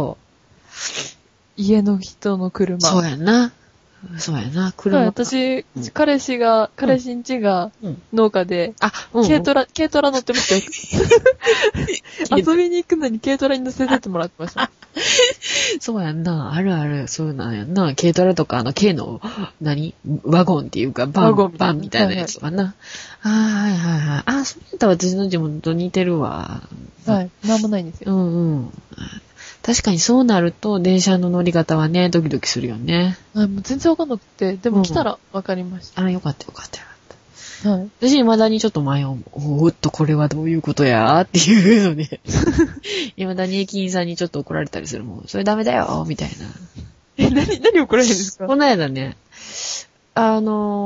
家の人の車。 そうやな。車。 私、彼氏ん家が農家で、軽トラ乗ってましたよ。遊びに行くのに軽トラに乗せてってもらってました。 そうやんな。あるある、そうなんやんな。軽トラとか、軽の、ワゴンっていうか、バンみたいなやつかな。はい。そうやったら私の地元と似てるわ。 はい。なんもないんですよ。 確かにそうなると、電車の乗り方はね、ドキドキするよね。 もう全然わかんなくて、でも来たらわかりました。 よかった。はい。私未だにちょっと迷う。これはどういうことやっていうので。未だに駅員さんにちょっと怒られたりするもん。それダメだよみたいな。 何怒られるんですか？ この間ね、あ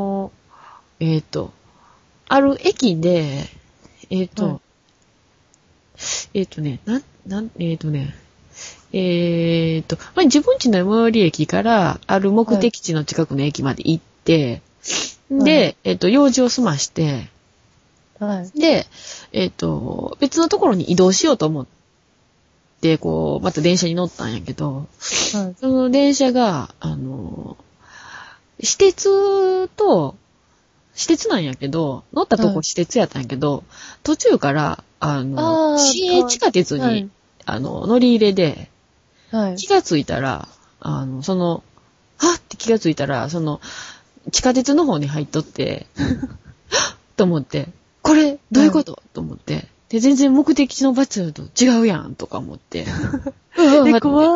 る駅で、自分家の最寄り駅から、ある目的地の近くの駅まで行って、で、用事を済まして、で、別のところに移動しようと思って、また電車に乗ったんやけど、その電車が、私鉄なんやけど、乗ったとこ私鉄やったんやけど、途中から、市営地下鉄に、乗り入れで、気がついたら、って気がついたら、地下鉄の方に入っとって、と思って、これ、どういうこと、と思って。で、全然目的地の場所と違うやん、とか思って。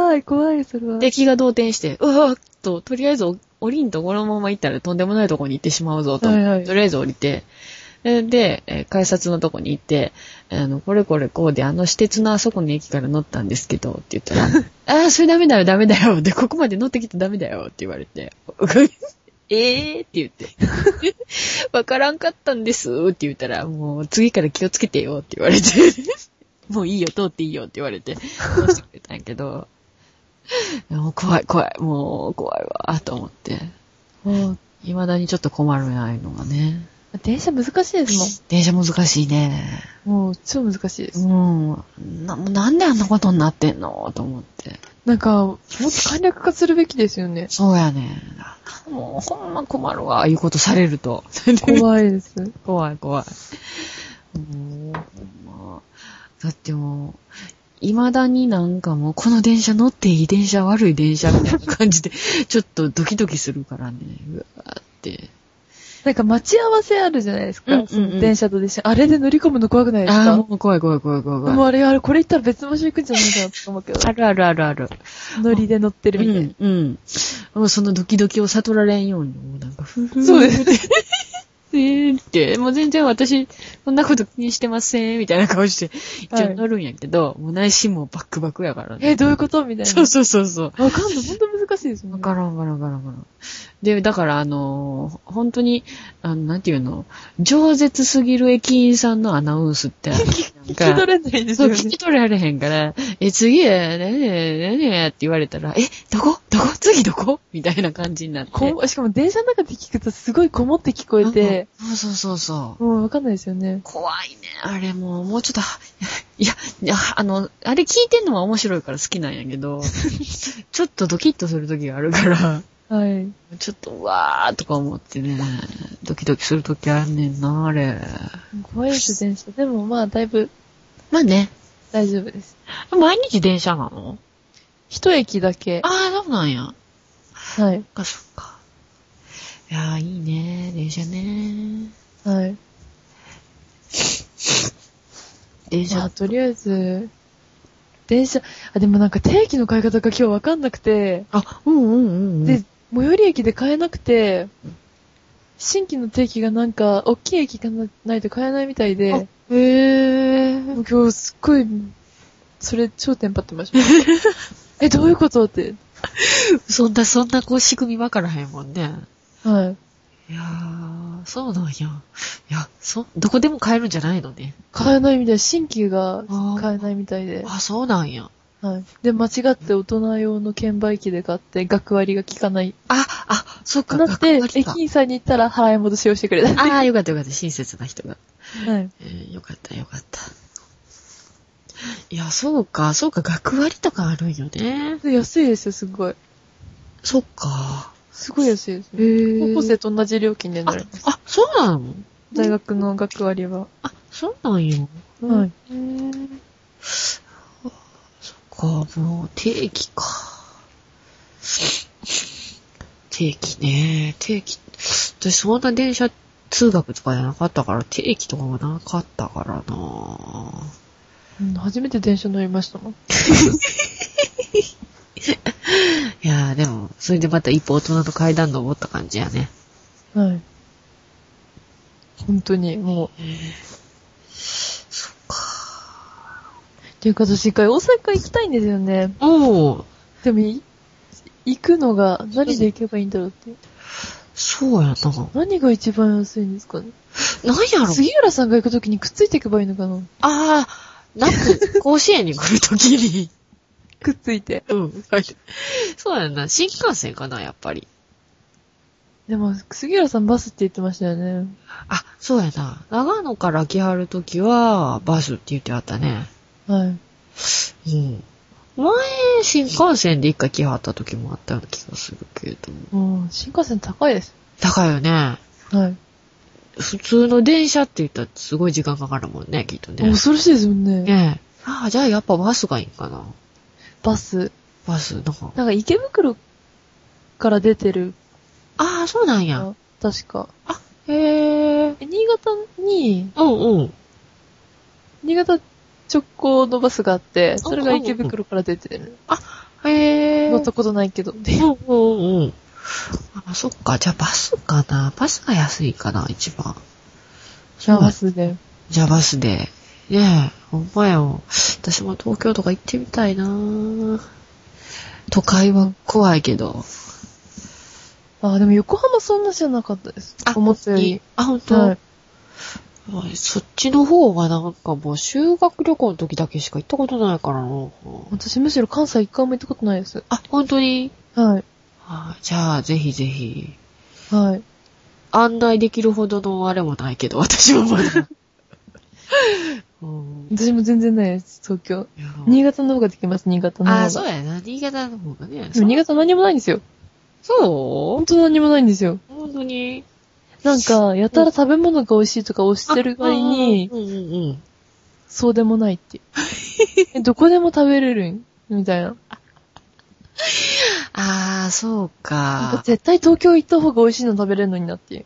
怖い、それは。 で、気が動転して、とりあえず降りんとこのまま行ったらとんでもないとこに行ってしまうぞと。 はいはいとりあえず降りて、で、改札のとこに行って、これこれこうで、私鉄のあそこの駅から乗ったんですけど、って言ったら、それダメだよ、ダメだよ。で、ここまで乗ってきてダメだよ、って言われて、って言って、わからんかったんです、って言ったら、もう次から気をつけてよ、って言われて、もういいよ、通っていいよ、って言われて、通してくれたんやけど、もう怖い、もう怖いわ、と思って。未だにちょっと困るないのがね。 電車難しいですもん。 電車難しいね。 もう超難しいです。 なんであんなことになってんのと思って。 なんか、もっと簡略化するべきですよね。 そうやね。もうほんま困るわ、いうことされると。 怖いです。 怖い。だってもう、未だになんかもう、この電車乗っていい電車、悪い電車みたいな感じで、ちょっとドキドキするからね。うわーって。 なんか待ち合わせあるじゃないですか。その電車と電車。あれで乗り込むの怖くないですか？ もう怖い。 もうあれ、これ行ったら別の場所行くんじゃないかなと思うけど。 ある。 乗りで乗ってるみたいな。 もうそのドキドキを悟られんように、もうなんか、 そうですね。 って、もう全然私、そんなこと気にしてません、みたいな顔して、一応乗るんやけど、もう内心もバックバックやからね。 どういうことみたいな。 そう。 わかんない。ほんと難しいですもんね。 わからん。で、だから、本当に、なんていうの、饒舌すぎる駅員さんのアナウンスって、 聞き取れないんですよね。 そう、聞き取れられへんから、次へ、ねって言われたら、どこ次どこみたいな感じになって。 しかも電車の中で聞くとすごいこもって聞こえて。 そう。 もうわかんないですよね。 怖いね。あれもうちょっと、いや、あれ聞いてんのは面白いから好きなんやけど、ちょっとドキッとする時があるから、 はい。 ちょっと、うわーとか思ってね、ドキドキする時あんねんな、あれ。 怖いです、電車。でもまあ、だいぶ。 まあね。 大丈夫です。 毎日電車なの？ 一駅だけ。 そうなんや。 はい。 そっか。いやー、いいね、電車ね。 はい。 電車。 とりあえず、電車、でもなんか定期の買い方が今日わかんなくて。で、最寄り駅で買えなくて、新規の定期がなんか、大きい駅がないと買えないみたいで。今日すっごい、それ超テンパってました。どういうことって。 そんな仕組みわからへんもんね。 はい。 いやー、そうなんや。いや、どこでも買えるんじゃないのね。 買えないみたい。新規が買えないみたいで。 そうなんや。 はい。で、間違って大人用の券売機で買って、学割が効かない。 そっか。 なって、駅員さんに行ったら払い戻しをしてくれた。 よかった。親切な人が。 はい。 よかった。いや、そうか、学割とかあるんよね。 安いですよ、すごい。 そっか。 すごい安いですね。高校生と同じ料金で乗れます。 そうなの？ 大学の学割は。 そうなんよ。 はい。 そっか、もう定期か。定期ね。私そんな電車通学とかじゃなかったから、定期とかもなかったからな。 初めて電車乗りましたもん。 いやーでも、それでまた一歩大人の階段登った感じやね。 はい。本当に、もう。 そっか。 っていうか、私一回大阪行きたいんですよね。でも、行くのが何で行けばいいんだろうって。 そうやな。 何が一番安いんですかね。 何やろ？ 杉浦さんが行くときにくっついていけばいいのかな。 甲子園に来るときに。 くっついて。 そうやな。新幹線かな、やっぱり。 でも、杉浦さんバスって言ってましたよね。 そうやな。長野から来はるときは、バスって言ってあったね。 はい。 前、新幹線で一回来はったときもあったような気がするけど。 新幹線高いです。 高いよね。 はい。 普通の電車って言ったらすごい時間かかるもんね、きっとね。 恐ろしいですもんね。 ねえ。じゃあやっぱバスがいいんかな。 バス、 なんか池袋から出てる。 そうなんや。 確か。 へえ。 新潟に、新潟直行のバスがあって、それが池袋から出てる。 へえ。 乗ったことないけど。 あ、そっか。じゃあバスかな。バスが安いかな、一番。 じゃあバスで。 じゃあバスで。ねえ、ほんまよ。私も東京とか行ってみたいなぁ。都会は怖いけど。 あ、でも横浜そんなじゃなかったです。思ったより。 あ、ほんと？はい。そっちの方がなんかもう修学旅行の時だけしか行ったことないからな。 私むしろ関西一回も行ったことないです。 あ、ほんとに？ はい。 じゃあ、ぜひぜひ。 はい。 案内できるほどのあれもないけど、私はまだ。 私も全然ないです、東京。新潟の方ができます、新潟の方が。 あ、そうやな。新潟の方がね。 でも新潟何もないんですよ。 そう本当何もないんですよ。 本当に。 なんか、やたら食べ物が美味しいとか推してる割に、そうでもないっていう。どこでも食べれるみたいな。 ああ、そうか。 絶対東京行った方が美味しいの食べれるのになっていう。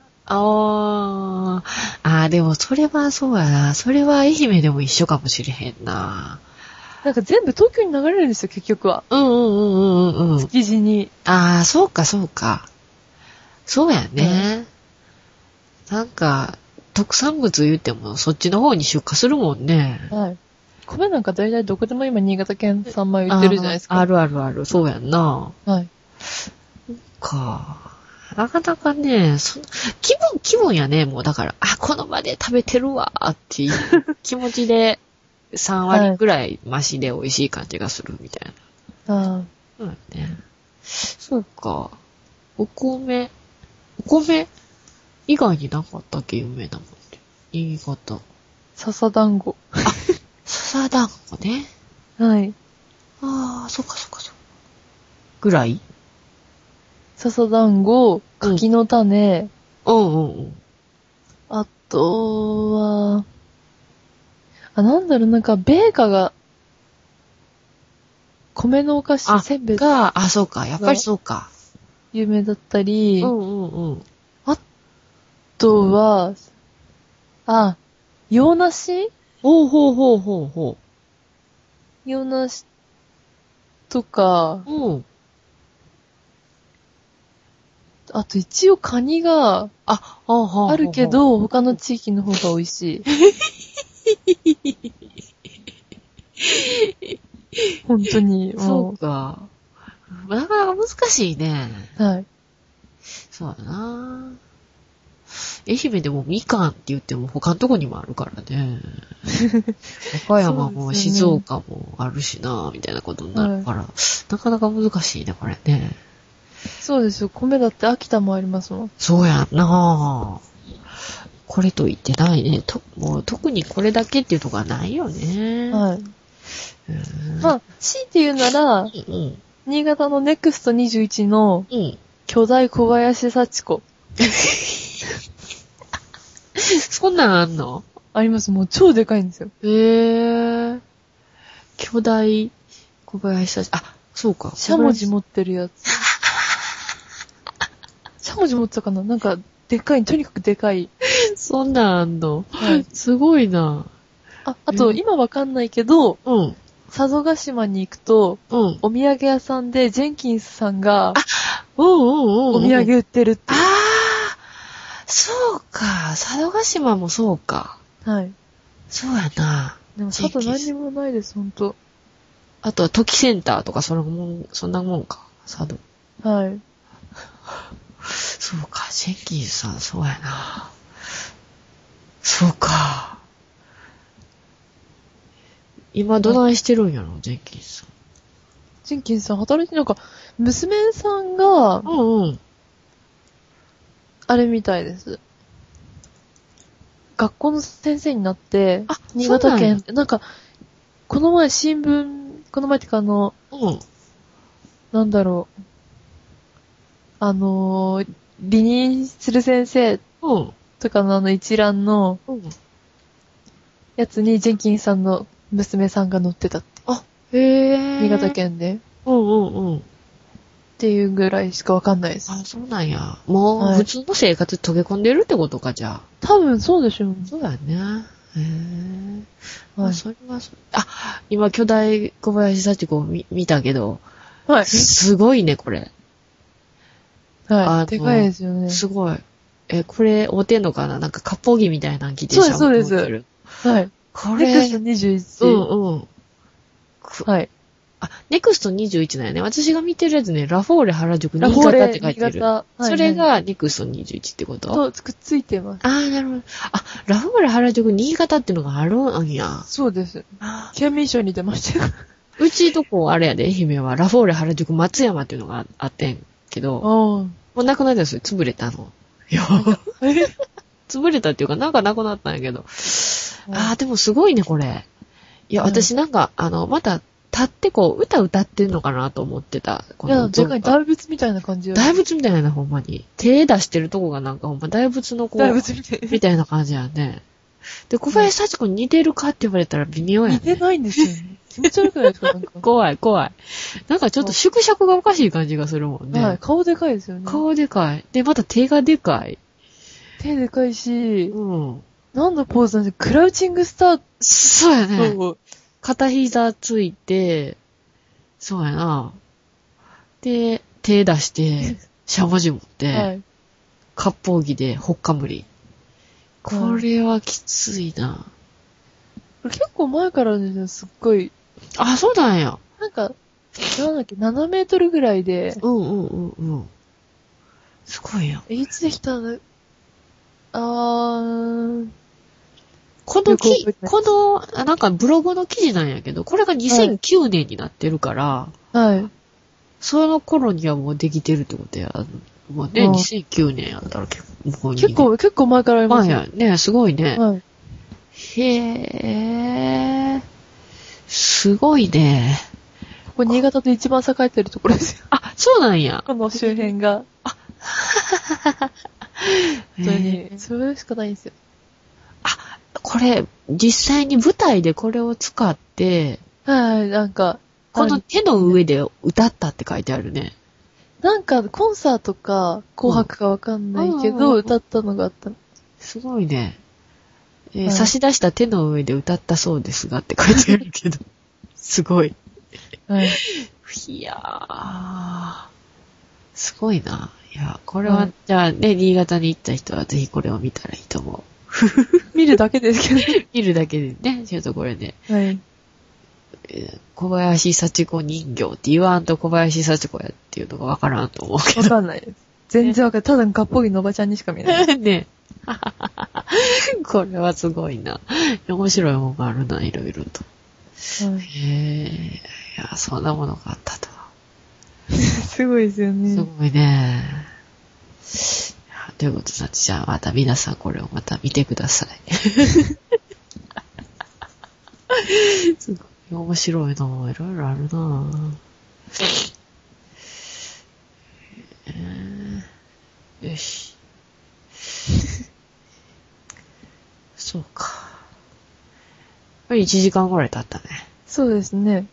でもそれはそうやな。それは愛媛でも一緒かもしれへんな。 なんか全部東京に流れるんですよ、結局は。築地に。 ああ、そうか、そうか。そうやね。なんか、特産物言ってもそっちの方に出荷するもんね。 はい。米なんか大体どこでも今新潟県産米売ってるじゃないですか。 あるあるある。そうやんな。 はい。 なかなかね、気分やね、もうだから、この場で食べてるわっていう気持ちで3割ぐらい増しで美味しい感じがするみたいな。そうね。そうか。お米以外になかったっけ、有名なもんって。新潟。 笹団子。 笹団子ね。 はい。 そっか。ぐらい？ 笹団子、柿の種。あとは、なんだろう、なんか、米菓が、米のお菓子、せんべいそうか、やっぱりそうか。 有名だったり、あとは、洋梨？洋梨とか、あと一応カニがあるけど、他の地域の方が美味しい。本当に。 そうか。なかなか難しいね。 はい。 そうだな。愛媛でもみかんって言っても他のとこにもあるからね。和歌山も静岡もあるしな、みたいなことになるから、なかなか難しいね、これね。 そうですよ。米だって秋田もありますもん。 そうやんな。これと言ってないね。もう特にこれだけっていうとこはないよね。 はい。強いて言うなら、新潟のネクスト21の巨大小林幸子。 そんなんあんの？ あります。もう超でかいんですよ。 巨大小林幸子。そうか。 しゃもじ持ってるやつ。しゃもじ持ってたかな？なんか、でかい、とにかくでかい。 そんなんあんの？すごいな。 あと、今わかんないけど、佐渡島に行くと、お土産屋さんでジェンキンスさんが、お土産売ってるって。 そうか。佐渡島もそうか。 はい。 そうやな。 でも佐渡何にもないです、ほんと。 あとはトキセンターとかそんなもんか。佐渡。 はい。 そうか。ジェンキンスさん、そうやな。そうか。今どないしてるんやろ、ジェンキンスさん。 ジェンキンスさん働いてなんか、娘さんが、あれみたいです。学校の先生になって、新潟県、なんか、この前ってかなんだろう。離任する先生とかの一覧のやつにジェンキンさんの娘さんが乗ってたって。新潟県で。っていうぐらいしかわかんないです。 そうなんや。もう、普通の生活溶け込んでるってことか、じゃあ。 多分そうでしょう。 そうだね。それは今、巨大小林幸子を見たけど、すごいね、これ。 はい。でかいですよね。 すごい。これ、合うてんのかななんか、割烹着みたいなの着てそうです、そうです。はい。 これ。 ネクスト21。 うんうん。 はい。 あ、ネクスト21だよね。私が見てるやつね、ラフォーレ原宿新潟って書いてる。はい、それがネクスト21ってこと？ くっついてます。 あー、なるほど。あ、ラフォーレ原宿新潟っていうのがあるんや。 そうです。キャミー賞に出ましたよ。 うちとこあれやで、愛媛はラフォーレ原宿松山っていうのがあってんけど、もうなくなったんですよ。潰れたの。いや、潰れたっていうか、なんかなくなったんやけど。でもすごいね、これ。いや、私なんか、また、立ってこう、歌歌ってんのかなと思ってた。 いや、でかい大仏みたいな感じ大仏みたいな、ほんまに。手出してるとこがなんかほんま大仏のこう、大仏みたいな感じやね。で、小林幸子に似てるかって言われたら微妙やね。 似てないんですよね。気持ち悪くないですかなんか。 怖い。なんかちょっと縮尺がおかしい感じがするもんね。 はい、顔でかいですよね。 顔でかい。で、また手がでかい。 手でかいし、何のポーズなんで、クラウチングスタート。 そうやね。片膝ついて、そうやな。で、手出して、しゃもじ持って、割烹着でほっかむり。これはきついな。 結構前からですよ、すっごい。 あ、そうなんや。 なんか、なんだっけ、7メートルぐらいで。 すごいや。 いつできたの？ なんかブログの記事なんやけど、これが2009年になってるから、 はい。 その頃にはもうできてるってことや。もうね、2009年やったら結構前からありますよ。ね、すごいね。はい。へー。すごいね。 ここ新潟で一番栄えてるところですよ。 あ、そうなんや。 この周辺が。本当に、それしかないんですよ。 あ、これ、実際に舞台でこれを使って、 はい、なんか、 この手の上で歌ったって書いてあるね。 なんか、コンサートか、紅白かわかんないけど、歌ったのがあった。 すごいね。差し出した手の上で歌ったそうですがって書いてあるけど。すごい。 はい。 いやー。すごいな。いや、これは、じゃあね、新潟に行った人はぜひこれを見たらいいと思う。 見るだけですけど。 見るだけでね、ちょっとこれね。 はい。 小林幸子人形って言わんと小林幸子やっていうのがわからんと思うけど。 わかんないです。全然わかんない。ただかっぽいのおばちゃんにしか見えない。 ね。これはすごいな。面白いものがあるな、いろいろと。いや、そんなものがあったと。 すごいですよね。 すごいね。ということで、じゃあまた皆さんこれをまた見てください。すごい面白いな。いろいろあるな。よし。そうか。やっぱり1時間ぐらい経ったね。 そうですね。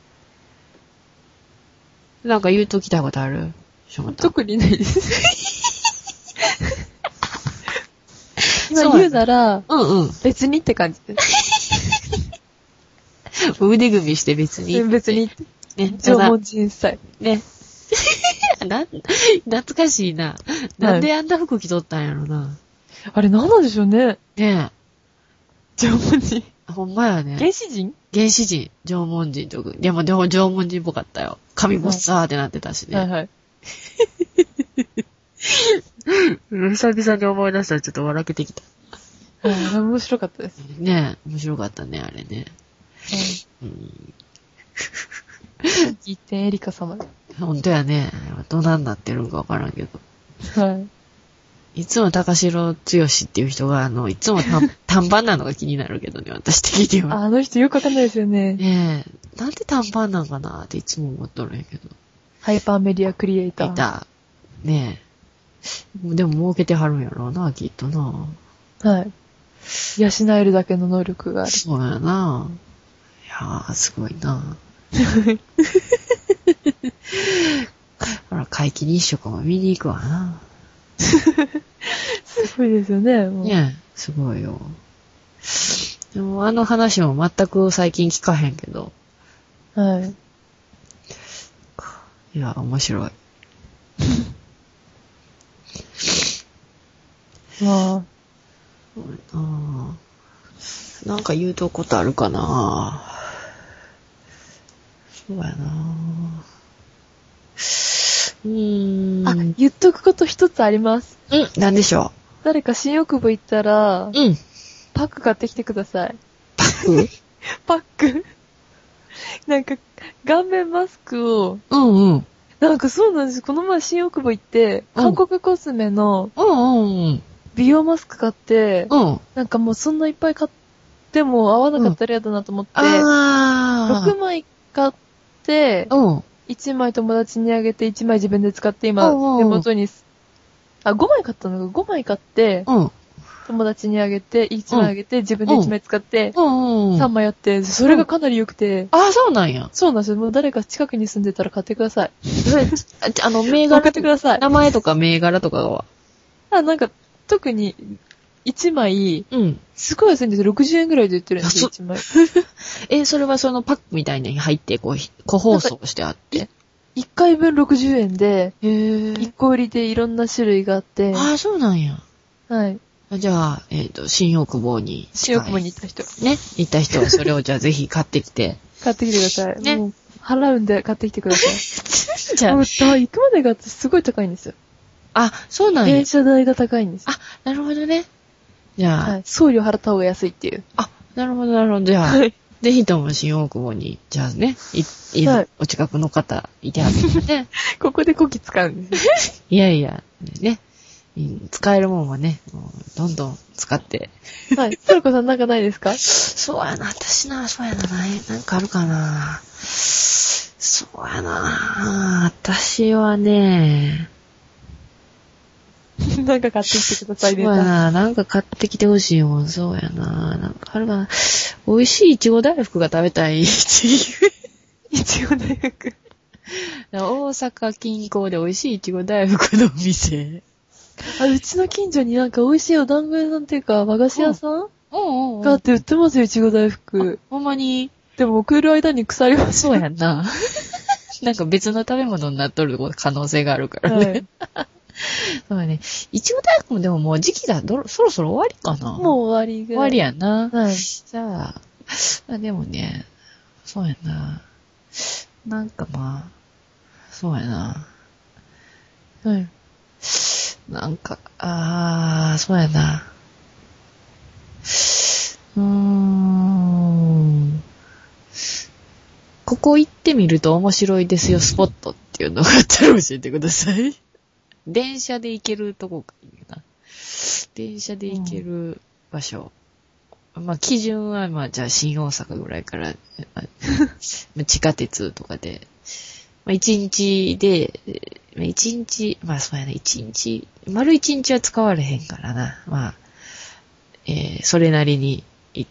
なんか言うときたいことある？ 特にないです。今言うなら、別にって感じです。 腕組みして別に。 別に。ね。縄文人スタイル。 ね。懐かしいな。なんであんな服着とったんやろな。 あれ何なんでしょうね。 ねえ。 縄文人。 ほんまやね。 原始人。 縄文人とか。でも縄文人っぽかったよ。髪もさーってなってたしね。 はいはい。 久々に思い出したらちょっと笑けてきた。 面白かったです。 ねえ、面白かったね、あれね。 一点エリカ様。 ほんとやね。どなんなってるんかわからんけど。 はい。 いつも高城剛っていう人が、いつも短パンなのが気になるけどね、私的には。 あの人よくわかんないですよね。 ねえ。なんで短パンなんかなっていつも思っとるんやけど。 ハイパーメディアクリエイター。 ねえ。でも儲けてはるんやろうな、きっとな。 はい。養えるだけの能力がある。 そうやな。いやー、すごいな。ほら、皆既日食も見に行くわな。 すごいですよね。 ねえ、すごいよ。でもあの話も全く最近聞かへんけど。 はい。 いや、面白い。 まあ。 そうやな。なんか言うとことあるかな。そうやな。 あ、言っとくこと一つあります。 なんでしょ誰か新大久保行ったら、 う。 パック買ってきてください。 パックパックなんか、顔面マスクを、なんかそうなんです。この前新大久保行って、韓国コスメの、美容マスク買って、なんかもうそんないっぱい買っても合わなかったら嫌だなと思って、6枚買って、1枚友達にあげて、1枚自分で使って今、手元に、5枚買ったのが5枚買って、友達にあげて、1枚あげて、自分で1枚使って、3枚やって、それがかなり良くて。 そうなんや。 そうなんですよ。もう誰か近くに住んでたら買ってください。 銘柄買ってください。 名前とか銘柄とかはなんか、特に、1枚、すごい安いんですよ。60円ぐらいで売ってるんですよ、1枚。 それはそのパックみたいに入って、個包装してあって。 1回分60円で、1個売りでいろんな種類があって。 そうなんや。 はい。 じゃあ、新大久保に行った人。 ね。行った人はそれをじゃあぜひ買ってきて。 買ってきてください。ね。もう、払うんで買ってきてください。 じゃあ。 行くまでがすごい高いんですよ。 そうなんや。 電車代が高いんです。 なるほどね。じゃあ、 送料払った方が安いっていう。 なるほど、なるほど。じゃあ、ぜひとも新大久保に、じゃあね、お近くの方、いてはるね。 ここでこき使うんです。 いやいや、ね。使えるもんはね、もうどんどん使って。 はい。トルコさんなんかないですか？ そうやな、私な、そうやな、なんかあるかな。そうやな、私はね、 なんか買ってきてくださいね。 そうやな、なんか買ってきてほしいもん、そうやな、なんかあるかな。美味しいいちご大福が食べたいっていう。 いちご大福。 大阪近郊で美味しいいちご大福のお店。 うちの近所になんか美味しいお団子屋さんっていうか、和菓子屋さんがあって売ってますよ、いちご大福。 ほんまに。 でも送る間に腐ります。 そうやんな。なんか別の食べ物になっとる可能性があるからね。そうやね。いちご大福もでももう時期がそろそろ終わりかな。 もう終わりぐらい。 終わりやんな。 はい。 じゃあ、でもね、そうやな。なんかまあ、そうやな。 はい。 なんか、そうやな。ここ行ってみると面白いですよ、スポットっていうのがあったら教えてください。電車で行けるとこかいいな。電車で行ける場所。基準はじゃあ新大阪ぐらいから、地下鉄とかで、一日で、そうやな、丸一日は使われへんからな。それなりに行って、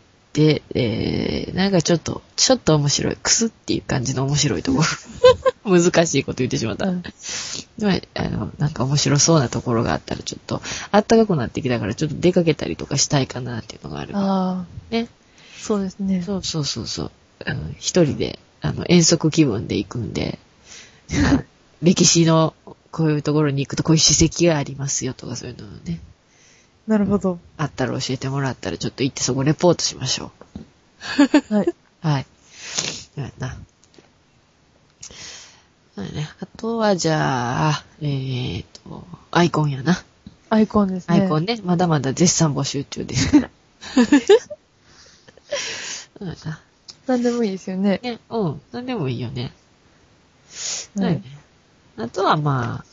なんかちょっと面白い、クスっていう感じの面白いところ。難しいこと言ってしまった。なんか面白そうなところがあったらちょっと、暖かくなってきたからちょっと出かけたりとかしたいかなっていうのがある。ね。 そうですね。 そう。一人で、遠足気分で行くんで、歴史のこういうところに行くとこういう史跡がありますよとかそういうのをね。 なるほど。 あったら教えてもらったらちょっと行ってそこレポートしましょう。はい。 はい。そうやな。そうやね。あとはじゃあ、アイコンやな。 アイコンですね。 アイコンね。まだまだ絶賛募集中ですから。そうやな。 なんでもいいですよね。 ね、なんでもいいよね。はい。あとは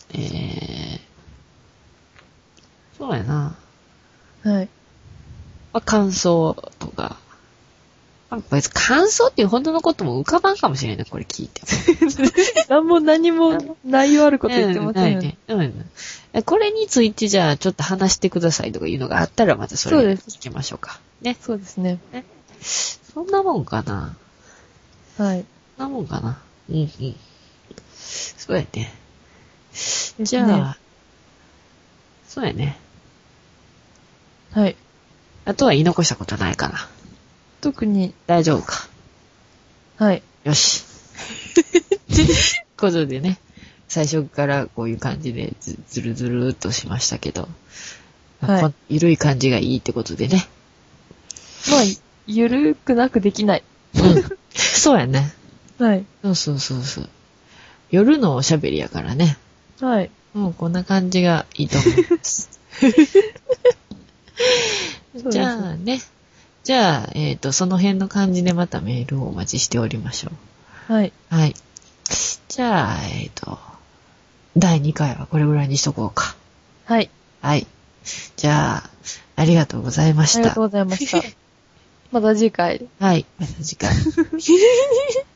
そうやな。 はい。 感想とか。別に感想っていう本当のことも浮かばんかもしれない、これ聞いても。何も内容あること言ってませんよね。 これについてじゃあちょっと話してくださいとかいうのがあったらまたそれで聞きましょうか。ね。 そうですね。 そんなもんかな。 はい。 そんなもんかな。そうやね。じゃあ、そうやね。 はい。 あとは言い残したことないかな。 特に。 大丈夫か。 はい。 よし。ことでね、最初からこういう感じでずるずるーっとしましたけど、 はい。 ゆるい感じがいいってことでね。 まあ、ゆるくなくできない。 うん。そうやね。 はい。 そうそうそうそう。夜のおしゃべりやからね。 はい。 もうこんな感じがいいと思います。じゃあね。じゃあ、その辺の感じでまたメールをお待ちしておりましょう。 はい。 はい。じゃあ、第2回はこれぐらいにしとこうか。 はい。 はい。じゃあ、ありがとうございました。 ありがとうございました。また次回。 はい。また次回。